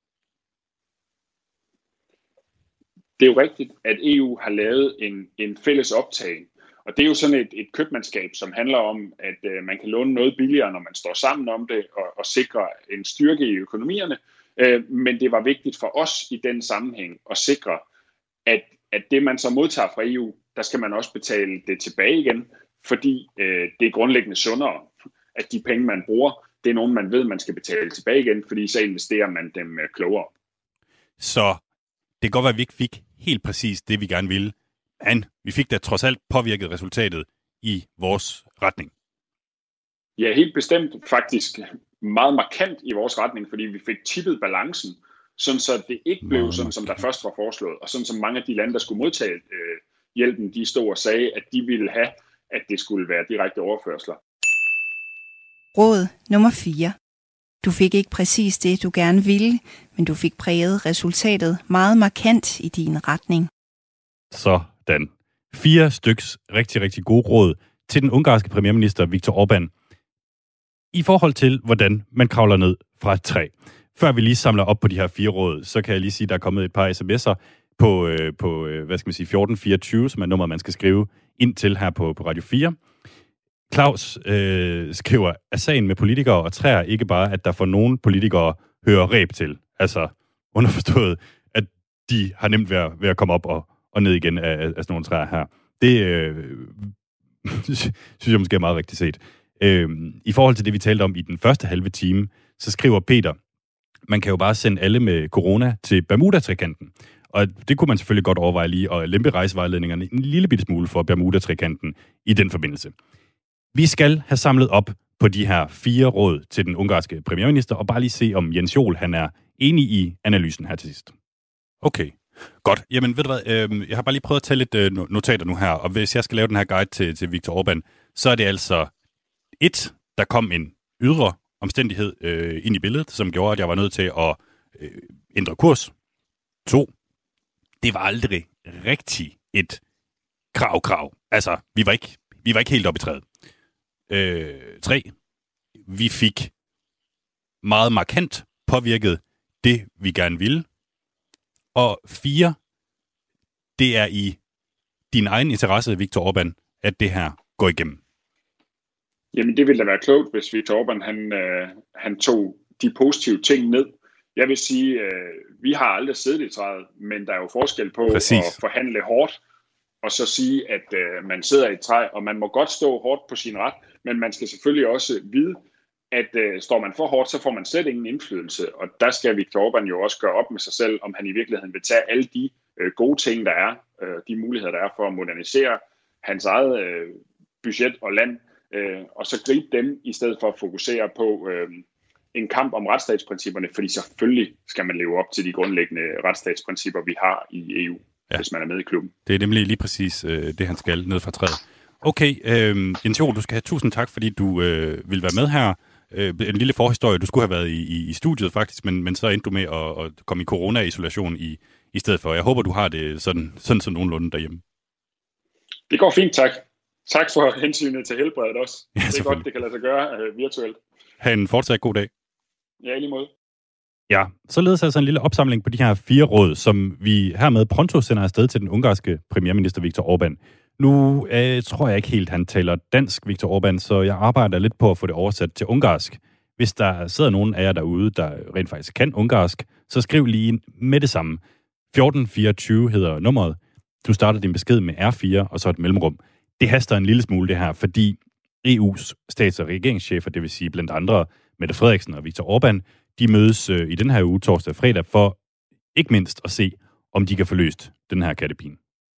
Det er jo rigtigt, at E U har lavet en, en fælles optag, og det er jo sådan et, et købmandskab, som handler om, at øh, man kan låne noget billigere, når man står sammen om det, og, og sikre en styrke i økonomierne. Øh, men det var vigtigt for os i den sammenhæng at sikre, at, at det man så modtager fra E U, der skal man også betale det tilbage igen, fordi øh, det er grundlæggende sundere, at de penge, man bruger, det er nogen, man ved, man skal betale tilbage igen, fordi så investerer man dem øh, klogere. Så det kan godt være, at vi ikke fik helt præcis det, vi gerne ville, men vi fik da trods alt påvirket resultatet i vores retning. Ja, helt bestemt faktisk meget markant i vores retning, fordi vi fik tippet balancen, sådan så det ikke blev meget sådan, markant. Som der først var foreslået, og sådan som mange af de lande, der skulle modtage øh, hjælpen, de stod og sagde, at de ville have, at det skulle være direkte overførsler. Råd nummer fire. Du fik ikke præcis det, du gerne ville, men du fik præget resultatet meget markant i din retning. Sådan. Fire styks rigtig, rigtig gode råd til den ungarske premierminister Viktor Orbán i forhold til, hvordan man kravler ned fra et træ. Før vi lige samler op på de her fire råd, så kan jeg lige sige, at der er kommet et par sms'er på, øh, på øh, hvad skal man sige, fjorten fireogtyve, som er nummeret, man skal skrive ind til her på, på Radio fire. Claus øh, skriver, at sagen med politikere og træer ikke bare, at der for nogle politikere hører ræb til. Altså underforstået, at de har nemt ved at, ved at komme op og, og ned igen af, af sådan nogle træer her. Det øh, synes jeg måske er meget rigtigt set. Øh, I forhold til det, vi talte om i den første halve time, så skriver Peter, man kan jo bare sende alle med corona til Bermuda-trekanten. Og det kunne man selvfølgelig godt overveje lige at lempe rejsevejledningerne en lille bitte smule for Bermuda-trekanten i den forbindelse. Vi skal have samlet op på de her fire råd til den ungarske premierminister, og bare lige se, om Jens Joel han er enig i analysen her til sidst. Okay, godt. Jamen ved du hvad, øh, jeg har bare lige prøvet at tage lidt øh, notater nu her, og hvis jeg skal lave den her guide til, til Viktor Orbán, så er det altså et, der kom en ydre omstændighed øh, ind i billedet, som gjorde, at jeg var nødt til at øh, ændre kurs. To, det var aldrig rigtig et krav-krav. Altså, vi var ikke, vi var ikke helt oppe i træet. Øh, tre, vi fik meget markant påvirket det, vi gerne ville. Og fire, det er i din egen interesse, Viktor Orbán, at det her går igennem. Jamen, det ville da være klogt, hvis Viktor Orbán, han, øh, han tog de positive ting ned. Jeg vil sige, øh, vi har aldrig siddet i træet, men der er jo forskel på Præcis. At forhandle hårdt, og så sige, at øh, man sidder i et træ, og man må godt stå hårdt på sin ret, men man skal selvfølgelig også vide, at øh, står man for hårdt, så får man slet ingen indflydelse, og der skal Viktor Orbán jo også gøre op med sig selv, om han i virkeligheden vil tage alle de øh, gode ting, der er, øh, de muligheder, der er for at modernisere hans eget øh, budget og land, øh, og så gribe dem, i stedet for at fokusere på øh, en kamp om retsstatsprincipperne, fordi selvfølgelig skal man leve op til de grundlæggende retsstatsprincipper, vi har i E U, ja. Hvis man er med i klubben. Det er nemlig lige præcis øh, det, han skal ned fra træet. Okay, øh, Jens Joel, du skal have tusind tak, fordi du øh, vil være med her. Øh, en lille forhistorie, du skulle have været i, i, i studiet faktisk, men, men så endte du med at, at komme i corona-isolation i, i stedet for. Jeg håber, du har det sådan, sådan som nogenlunde derhjemme. Det går fint, tak. Tak for hensynet til helbredet også. Ja, det er godt, det kan lade sig gøre øh, virtuelt. Ha' en fortsat god dag. Ja, i lige måde. Ja, således altså en lille opsamling på de her fire råd, som vi hermed pronto sender afsted til den ungarske premierminister Viktor Orbán. Nu øh, tror jeg ikke helt, han taler dansk, Viktor Orbán, så jeg arbejder lidt på at få det oversat til ungarsk. Hvis der sidder nogen af jer derude, der rent faktisk kan ungarsk, så skriv lige med det samme. fjorten fireogtyve hedder nummeret. Du starter din besked med R fire, og så et mellemrum. Det haster en lille smule det her, fordi E U's stats- og regeringschefer, det vil sige blandt andre Mette Frederiksen og Viktor Orbán, de mødes øh, i den her uge, torsdag og fredag, for ikke mindst at se, om de kan få løst den her kattepine.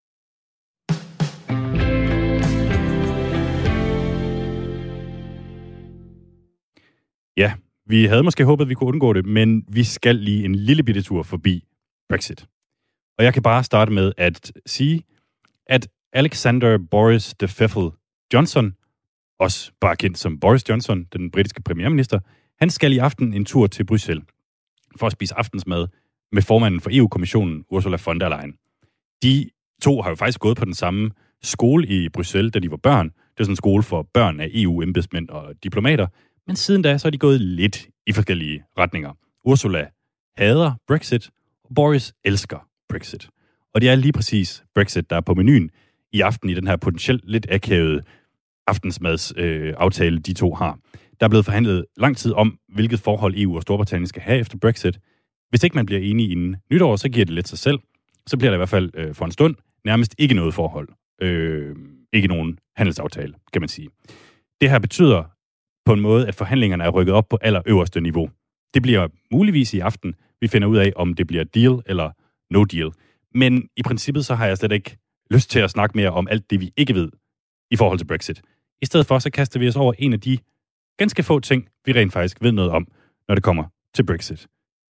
Ja, vi havde måske håbet, at vi kunne undgå det, men vi skal lige en lille bitte tur forbi Brexit. Og jeg kan bare starte med at sige, at Alexander Boris de Pfeffel Johnson, også bare kendt som Boris Johnson, den britiske premierminister, han skal i aften en tur til Bruxelles. for at spise aftensmad med formanden for E U-kommissionen, Ursula von der Leyen. De to har jo faktisk gået på den samme skole i Bruxelles, da de var børn. Det er sådan en skole for børn af E U-embedsmænd og diplomater. Men siden da, så er de gået lidt i forskellige retninger. Ursula hader Brexit, og Boris elsker Brexit. Og det er lige præcis Brexit, der er på menuen i aften i den her potentielt lidt akavede aftensmadsaftale, øh, aftale, de to har. Der er blevet forhandlet lang tid om, hvilket forhold E U og Storbritannien skal have efter Brexit. Hvis ikke man bliver enige inden nytår, så giver det lidt sig selv. Så bliver der i hvert fald øh, for en stund nærmest ikke noget forhold. Øh, ikke nogen handelsaftale, kan man sige. Det her betyder på en måde, at forhandlingerne er rykket op på allerøverste niveau. Det bliver muligvis i aften. Vi finder ud af, om det bliver deal eller no deal. Men i princippet så har jeg slet ikke lyst til at snakke mere om alt det, vi ikke ved i forhold til Brexit. I stedet for, så kaster vi os over en af de ganske få ting, vi rent faktisk ved noget om, når det kommer til Brexit.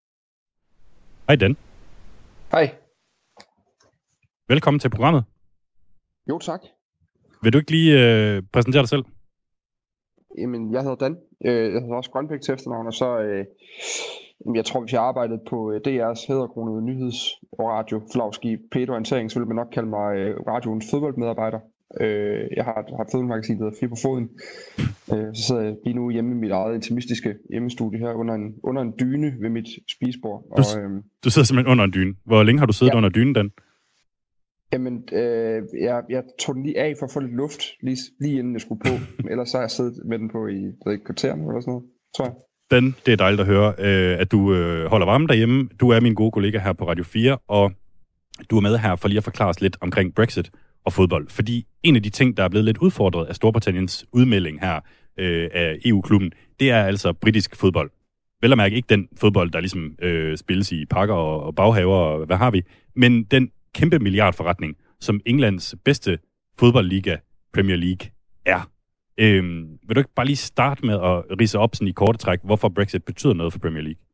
Hej Dan. Hej. Velkommen til programmet. Jo, tak. Vil du ikke lige øh, præsentere dig selv? Jamen, jeg hedder Dan. Jeg hedder også Grønbæk til efternavn, og så, øh, jeg tror, hvis jeg arbejdede på D R's hæderkronede nyheds- og radio-flagskib P-orientering, så ville man nok kalde mig øh, radioens fodboldmedarbejder. Øh, jeg har, har et fodboldmagasin, der hedder Fri på Foden. Øh, så sidder jeg lige nu hjemme i mit eget intimistiske hjemmestudie her under en, under en dyne ved mit spisebord. Du, og, øh, du sidder simpelthen under en dyne. Hvor længe har du siddet ja. under dynen, Dan? Jamen, øh, jeg, jeg tog den lige af for at få lidt luft, lige, lige inden jeg skulle på. Ellers så har jeg siddet med den på i et kvarter eller sådan noget, tror jeg. Dan, det er dejligt at høre, øh, at du øh, holder varme derhjemme. Du er min gode kollega her på Radio fire, og du er med her for lige at forklare os lidt omkring Brexit og fodbold. Fordi en af de ting, der er blevet lidt udfordret af Storbritanniens udmelding her øh, af E U-klubben, det er altså britisk fodbold. Vel at mærke ikke den fodbold, der ligesom øh, spilles i parker og, og baghaver og hvad har vi, men den kæmpe milliardforretning, som Englands bedste fodboldliga, Premier League, er. Øhm, vil du ikke bare lige starte med at ridse op sådan i korte træk, hvorfor Brexit betyder noget for Premier League?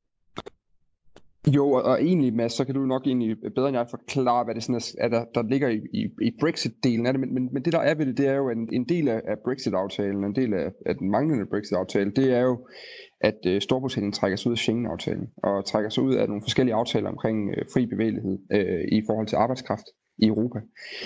Jo, og, og egentlig, Mads, så kan du nok egentlig bedre end jeg forklare, hvad det sådan er, er der, der ligger i, i, i Brexit-delen af det. Men, men, men det, der er ved det, det er jo en, en del af, af Brexit-aftalen, en del af, af den manglende Brexit-aftale, det er jo, at uh, Storbritannien trækker sig ud af Schengen-aftalen, og trækker sig ud af nogle forskellige aftaler omkring uh, fri bevægelighed uh, i forhold til arbejdskraft i Europa.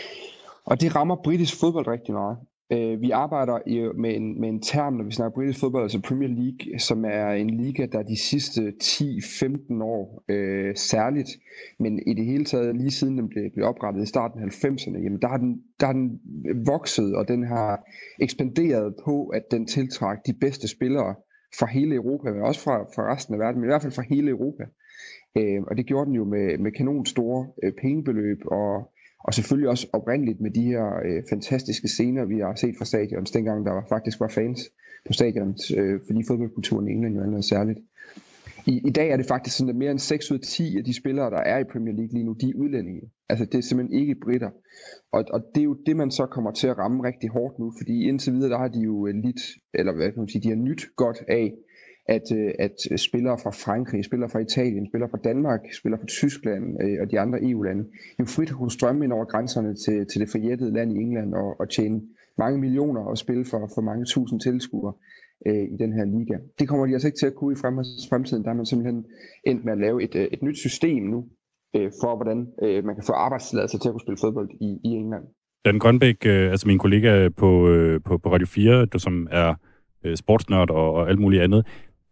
Og det rammer britisk fodbold rigtig meget. Uh, vi arbejder i, med, en, med en term, når vi snakker britisk fodbold, altså Premier League, som er en liga, der de sidste ti til femten år uh, særligt, men i det hele taget, lige siden den blev, blev oprettet i starten af halvfemserne, jamen, der, har den, der har den vokset, og den har ekspanderet på, at den tiltrækker de bedste spillere fra hele Europa, men også fra, fra resten af verden, men i hvert fald fra hele Europa. Øh, og det gjorde den jo med, med kanon store øh, pengebeløb, og, og selvfølgelig også oprindeligt med de her øh, fantastiske scener, vi har set fra stadions, dengang der var, faktisk var fans på stadions, øh, fordi fodboldkulturen i England jo er særligt. I, I dag er det faktisk sådan, at mere end seks ud af ti af de spillere, der er i Premier League lige nu, de er udlændinge. Altså det er simpelthen ikke britter. Og, og det er jo det, man så kommer til at ramme rigtig hårdt nu, fordi indtil videre, der har de jo lidt, eller hvad kan man sige, de har nyt godt af, at, at spillere fra Frankrig, spillere fra Italien, spillere fra Danmark, spillere fra Tyskland og de andre E U-lande, jo frit kunne strømme ind over grænserne til, til det forjættede land i England og, og tjene mange millioner og spille for, for mange tusind tilskuere øh, i den her liga. Det kommer de altså ikke til at kunne i fremtiden. Der er man simpelthen endt med at lave et, et nyt system nu, øh, for hvordan øh, man kan få arbejdstilladelse til at kunne spille fodbold i, i England. Dan Grønbæk, øh, altså min kollega på, øh, på, på Radio fire, der som er øh, sportsnørd og, og alt muligt andet,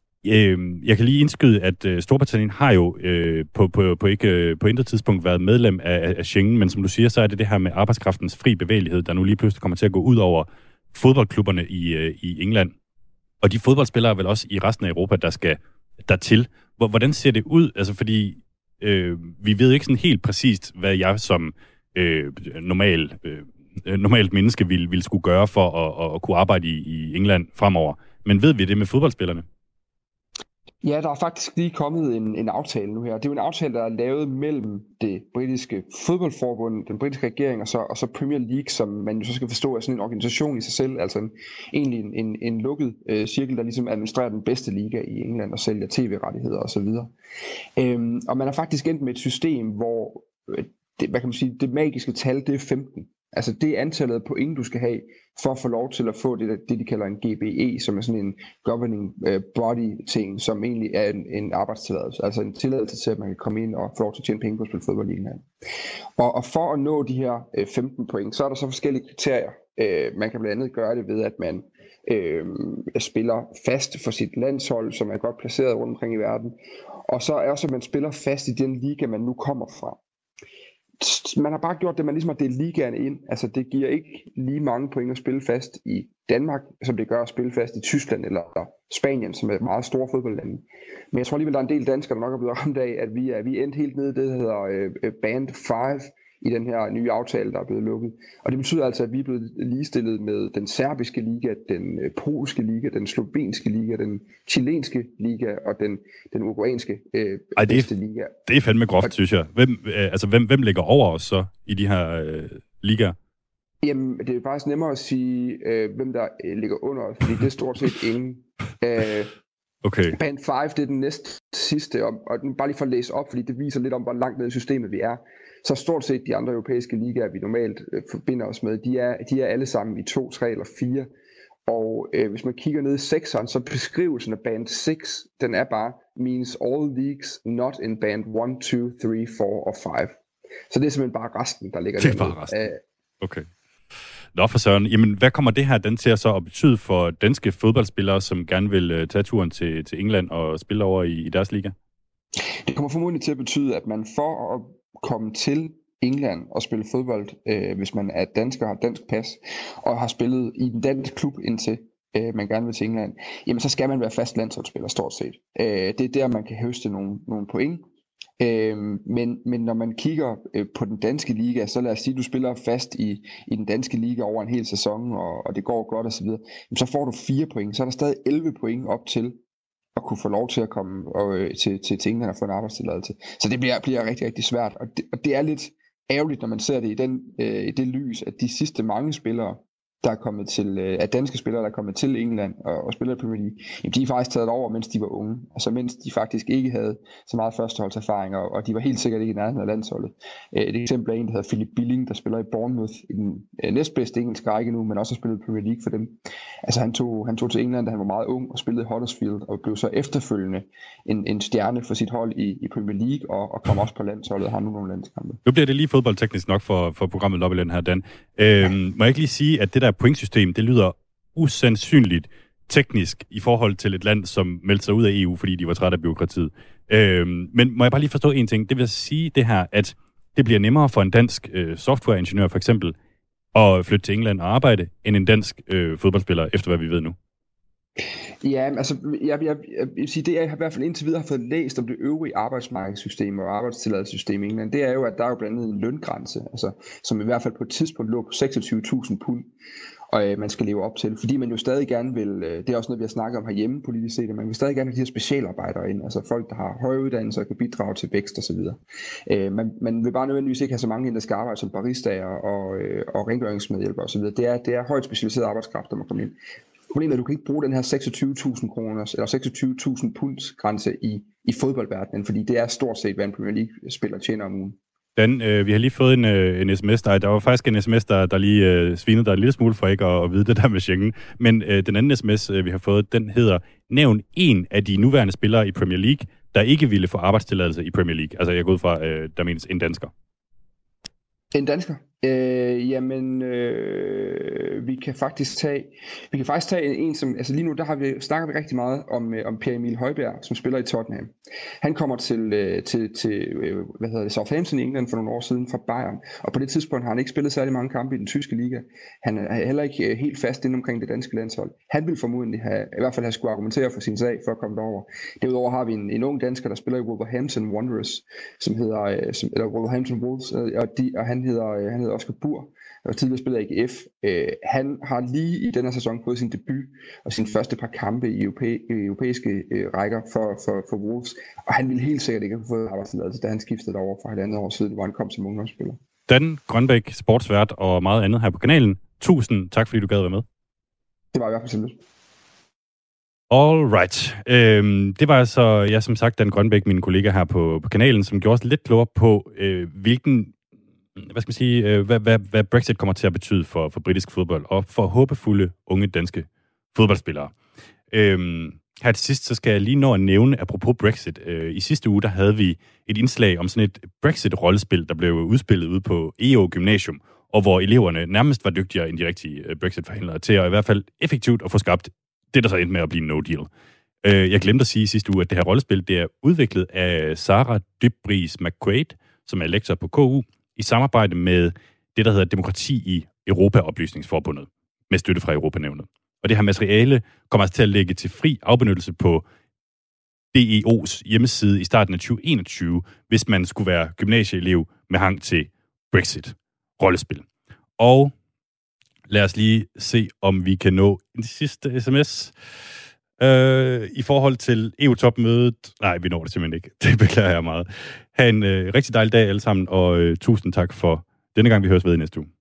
jeg kan lige indskyde, at Storbritannien har jo øh, på, på, på, ikke, på intet tidspunkt været medlem af, af Schengen, men som du siger, så er det det her med arbejdskraftens fri bevægelighed, der nu lige pludselig kommer til at gå ud over fodboldklubberne i, øh, i England. Og de fodboldspillere er vel også i resten af Europa, der skal dertil. Hvordan ser det ud? Altså fordi øh, vi ved ikke sådan helt præcist, hvad jeg som øh, normal, øh, normalt menneske ville, ville skulle gøre for at, at kunne arbejde i, i England fremover. Men ved vi det med fodboldspillerne? Ja, der er faktisk lige kommet en, en aftale nu her. Det er jo en aftale, der er lavet mellem det britiske fodboldforbund, den britiske regering og så, og så Premier League, som man jo så skal forstå er sådan en organisation i sig selv, altså en, egentlig en, en, en lukket øh, cirkel, der ligesom administrerer den bedste liga i England og sælger tv-rettigheder osv. Øhm, og man har faktisk endt med et system, hvor øh, det, hvad kan man sige, det magiske tal, det er femten. Altså det er antallet af point, du skal have, for at få lov til at få det, det de kalder en G B E, som er sådan en governing body ting, som egentlig er en, en arbejdstilladelse, altså en tilladelse til, at man kan komme ind og få lov til at tjene penge på at spille fodbold i England. Og, og for at nå de her øh, femten point, så er der så forskellige kriterier. Øh, man kan blandt andet gøre det ved, at man øh, spiller fast for sit landshold, som er godt placeret rundt omkring i verden, og så er også, at man spiller fast i den liga, man nu kommer fra. Man har bare gjort det, man ligesom har delt ligaerne ind. Altså det giver ikke lige mange point at spille fast i Danmark, som det gør at spille fast i Tyskland eller Spanien, som er meget store fodboldlande. Men jeg tror alligevel, der er en del danskere, der nok er blevet ramt af, at vi er, vi er endt helt nede i det, der hedder øh, Band fem i den her nye aftale, der er blevet lukket. Og det betyder altså, at vi er blevet ligestillet med den serbiske liga, den øh, polske liga, den slovenske liga, den chilenske liga og den, den uruguayanske øh, Ej, det er, bedste liga. Det er fandme groft, synes jeg. Hvem, øh, altså, hvem, hvem ligger over os så i de her øh, ligaer? Jamen, det er faktisk nemmere at sige, øh, hvem der øh, ligger under os, fordi det er stort set ingen. Øh, okay. Band fem, det er den næste sidste, og, og bare lige for at læse op, fordi det viser lidt om, hvor langt ned i systemet vi er. Så stort set de andre europæiske ligaer, vi normalt øh, forbinder os med, de er, de er alle sammen i to, tre eller fire. Og øh, hvis man kigger ned i sekseren, så beskrivelsen af band seks, den er bare means all leagues not in band one, two, three, four og fem. Så det er simpelthen bare resten, der ligger der. Det er bare resten. Æh, okay. Nå for søren. Jamen, hvad kommer det her den til så at betyde for danske fodboldspillere, som gerne vil uh, tage turen til, til England og spille over i, i deres liga? Det kommer formodentlig til at betyde, at man for at komme til England og spille fodbold, øh, hvis man er dansker og har dansk pas, og har spillet i en dansk klub indtil øh, man gerne vil til England, jamen så skal man være fast landsholdsspiller stort set. Øh, det er der, man kan høste nogle, nogle point. Øh, men, men når man kigger øh, på den danske liga, så lad os sige, at du spiller fast i, i den danske liga over en hel sæson, og, og det går godt osv., så får du fire point, så er der stadig elleve point op til at kunne få lov til at komme og, øh, til, til, til England og få en arbejdstilladelse. Så det bliver, bliver rigtig, rigtig svært, og det, og det er lidt ærgerligt, når man ser det i, den, øh, i det lys, at de sidste mange spillere, der er kommet til, øh, af danske spillere, der er kommet til England og, og spiller i Premier League, jamen, de er faktisk taget over, mens de var unge. Altså mens de faktisk ikke havde så meget førsteholdserfaring, og, og de var helt sikkert ikke i nærheden af landsholdet. Øh, et eksempel er en, der hedder Philip Billing, der spiller i Bournemouth i den øh, næstbedste engelske række nu, men også har spillet i Premier League for dem. Altså han tog, han tog til England, da han var meget ung, og spillede i Huddersfield, og blev så efterfølgende en, en stjerne for sit hold i, i Premier League, og, og kom også på landsholdet og har nu nogle landskampe. Nu bliver det lige fodboldteknisk nok for, for programmet Lobbyland her, Dan. Øhm, må jeg ikke lige sige, at det der pointsystem, det lyder usandsynligt teknisk i forhold til et land, som meldte sig ud af E U, fordi de var trætte af bureaukratiet. Øhm, men må jeg bare lige forstå en ting? Det vil sige det her, at det bliver nemmere for en dansk øh, softwareingeniør for eksempel at flytte til England og arbejde, end en dansk øh, fodboldspiller, efter hvad vi ved nu. Ja, altså, jeg, jeg, jeg vil sige, det jeg i hvert fald indtil videre har fået læst om det øvrige arbejdsmarkedssystem og arbejdstilladelsessystem i England, det er jo, at der er jo blandt andet en løngrænse, altså, som i hvert fald på et tidspunkt lå på seksogtyve tusind pund, og øh, man skal leve op til, fordi man jo stadig gerne vil, øh, det er også noget, vi har snakket om herhjemme politisk set, man vil stadig gerne have de her specialarbejdere ind, altså folk, der har høje uddannelser og kan bidrage til vækst osv. Øh, man, man vil bare nødvendigvis ikke have så mange, der skal arbejde som baristaer og, øh, og rengøringsmedhjælpere osv. Det er, det er højt specialiseret arbejdskraft, der må komme ind. Problemet er, at du kan ikke bruge den her seksogtyve tusind kroners eller seksogtyve tusind punds grænse i, i fodboldverdenen, fordi det er stort set, hvad en Premier League-spiller tjener om ugen. Dan, øh, vi har lige fået en, øh, en sms, der, der var faktisk en sms, der, der lige øh, svinede dig en lille smule for ikke at, at vide det der med Schengen, men øh, den anden sms, øh, vi har fået, den hedder, nævn en af de nuværende spillere i Premier League, der ikke ville få arbejdstilladelse i Premier League. Altså jeg går ud fra, øh, der menes en dansker. En dansker? Øh, jamen, øh, vi kan faktisk tage, vi kan faktisk tage en, en som, altså lige nu, der har vi, snakker vi rigtig meget om, om Per Emil Højbjerg, som spiller i Tottenham. Han kommer til, til, til hvad hedder det, Southampton i England for nogle år siden fra Bayern, og på det tidspunkt har han ikke spillet særlig mange kampe i den tyske liga. Han er heller ikke helt fast inde omkring det danske landshold. Han vil formodentlig have, i hvert fald have skulle argumentere for sin sag for at komme derover. Derudover har vi en, en ung dansker, der spiller i Wolverhampton Wanderers, som hedder, som, eller Wolverhampton Wolves, og, de, og han hedder, han hedder Oscar Bur, der var tidligere spillet i A G F. Øh, han har lige i denne sæson fået sin debut og sin første par kampe i europæ- europæiske øh, rækker for, for, for Wolves, og han ville helt sikkert ikke have fået arbejdstilladelse, da han skiftede over for halvandet år siden, hvor han kom som ungdomsspiller. Dan Grønbæk, sportsvært og meget andet her på kanalen. Tusind tak, fordi du gad være med. Det var i hvert fald simpelthen. All right. Øhm, det var altså, jeg som sagt, Dan Grønbæk, min kollega her på, på kanalen, som gjorde os lidt klogere på, øh, hvilken hvad skal man sige, øh, hvad, hvad, hvad Brexit kommer til at betyde for, for britisk fodbold, og for håbefulde unge danske fodboldspillere. Øhm, her til sidst, så skal jeg lige nå at nævne, apropos Brexit. Øh, I sidste uge, der havde vi et indslag om sådan et Brexit-rollespil, der blev udspillet ude på E O Gymnasium, og hvor eleverne nærmest var dygtigere end de rigtige Brexit-forhandlere til at i hvert fald effektivt at få skabt det, der så endte med at blive no deal. Øh, jeg glemte at sige i sidste uge, at det her rollespil, det er udviklet af Sarah Dybris McQuaid, som er lektor på K U, i samarbejde med det, der hedder Demokrati i Europa-oplysningsforbundet, med støtte fra Europanævnet. Og det her materiale kommer altså til at lægge til fri afbenyttelse på D E O's hjemmeside i starten af tyve enogtyve, hvis man skulle være gymnasieelev med hang til Brexit-rollespil. Og lad os lige se, om vi kan nå en sidste sms. Øh, I forhold til E U-topmødet... Nej, vi når det simpelthen ikke. Det beklager jeg meget. Ha' en øh, rigtig dejlig dag alle sammen, og øh, tusind tak for denne gang, vi høres ved i næste uge.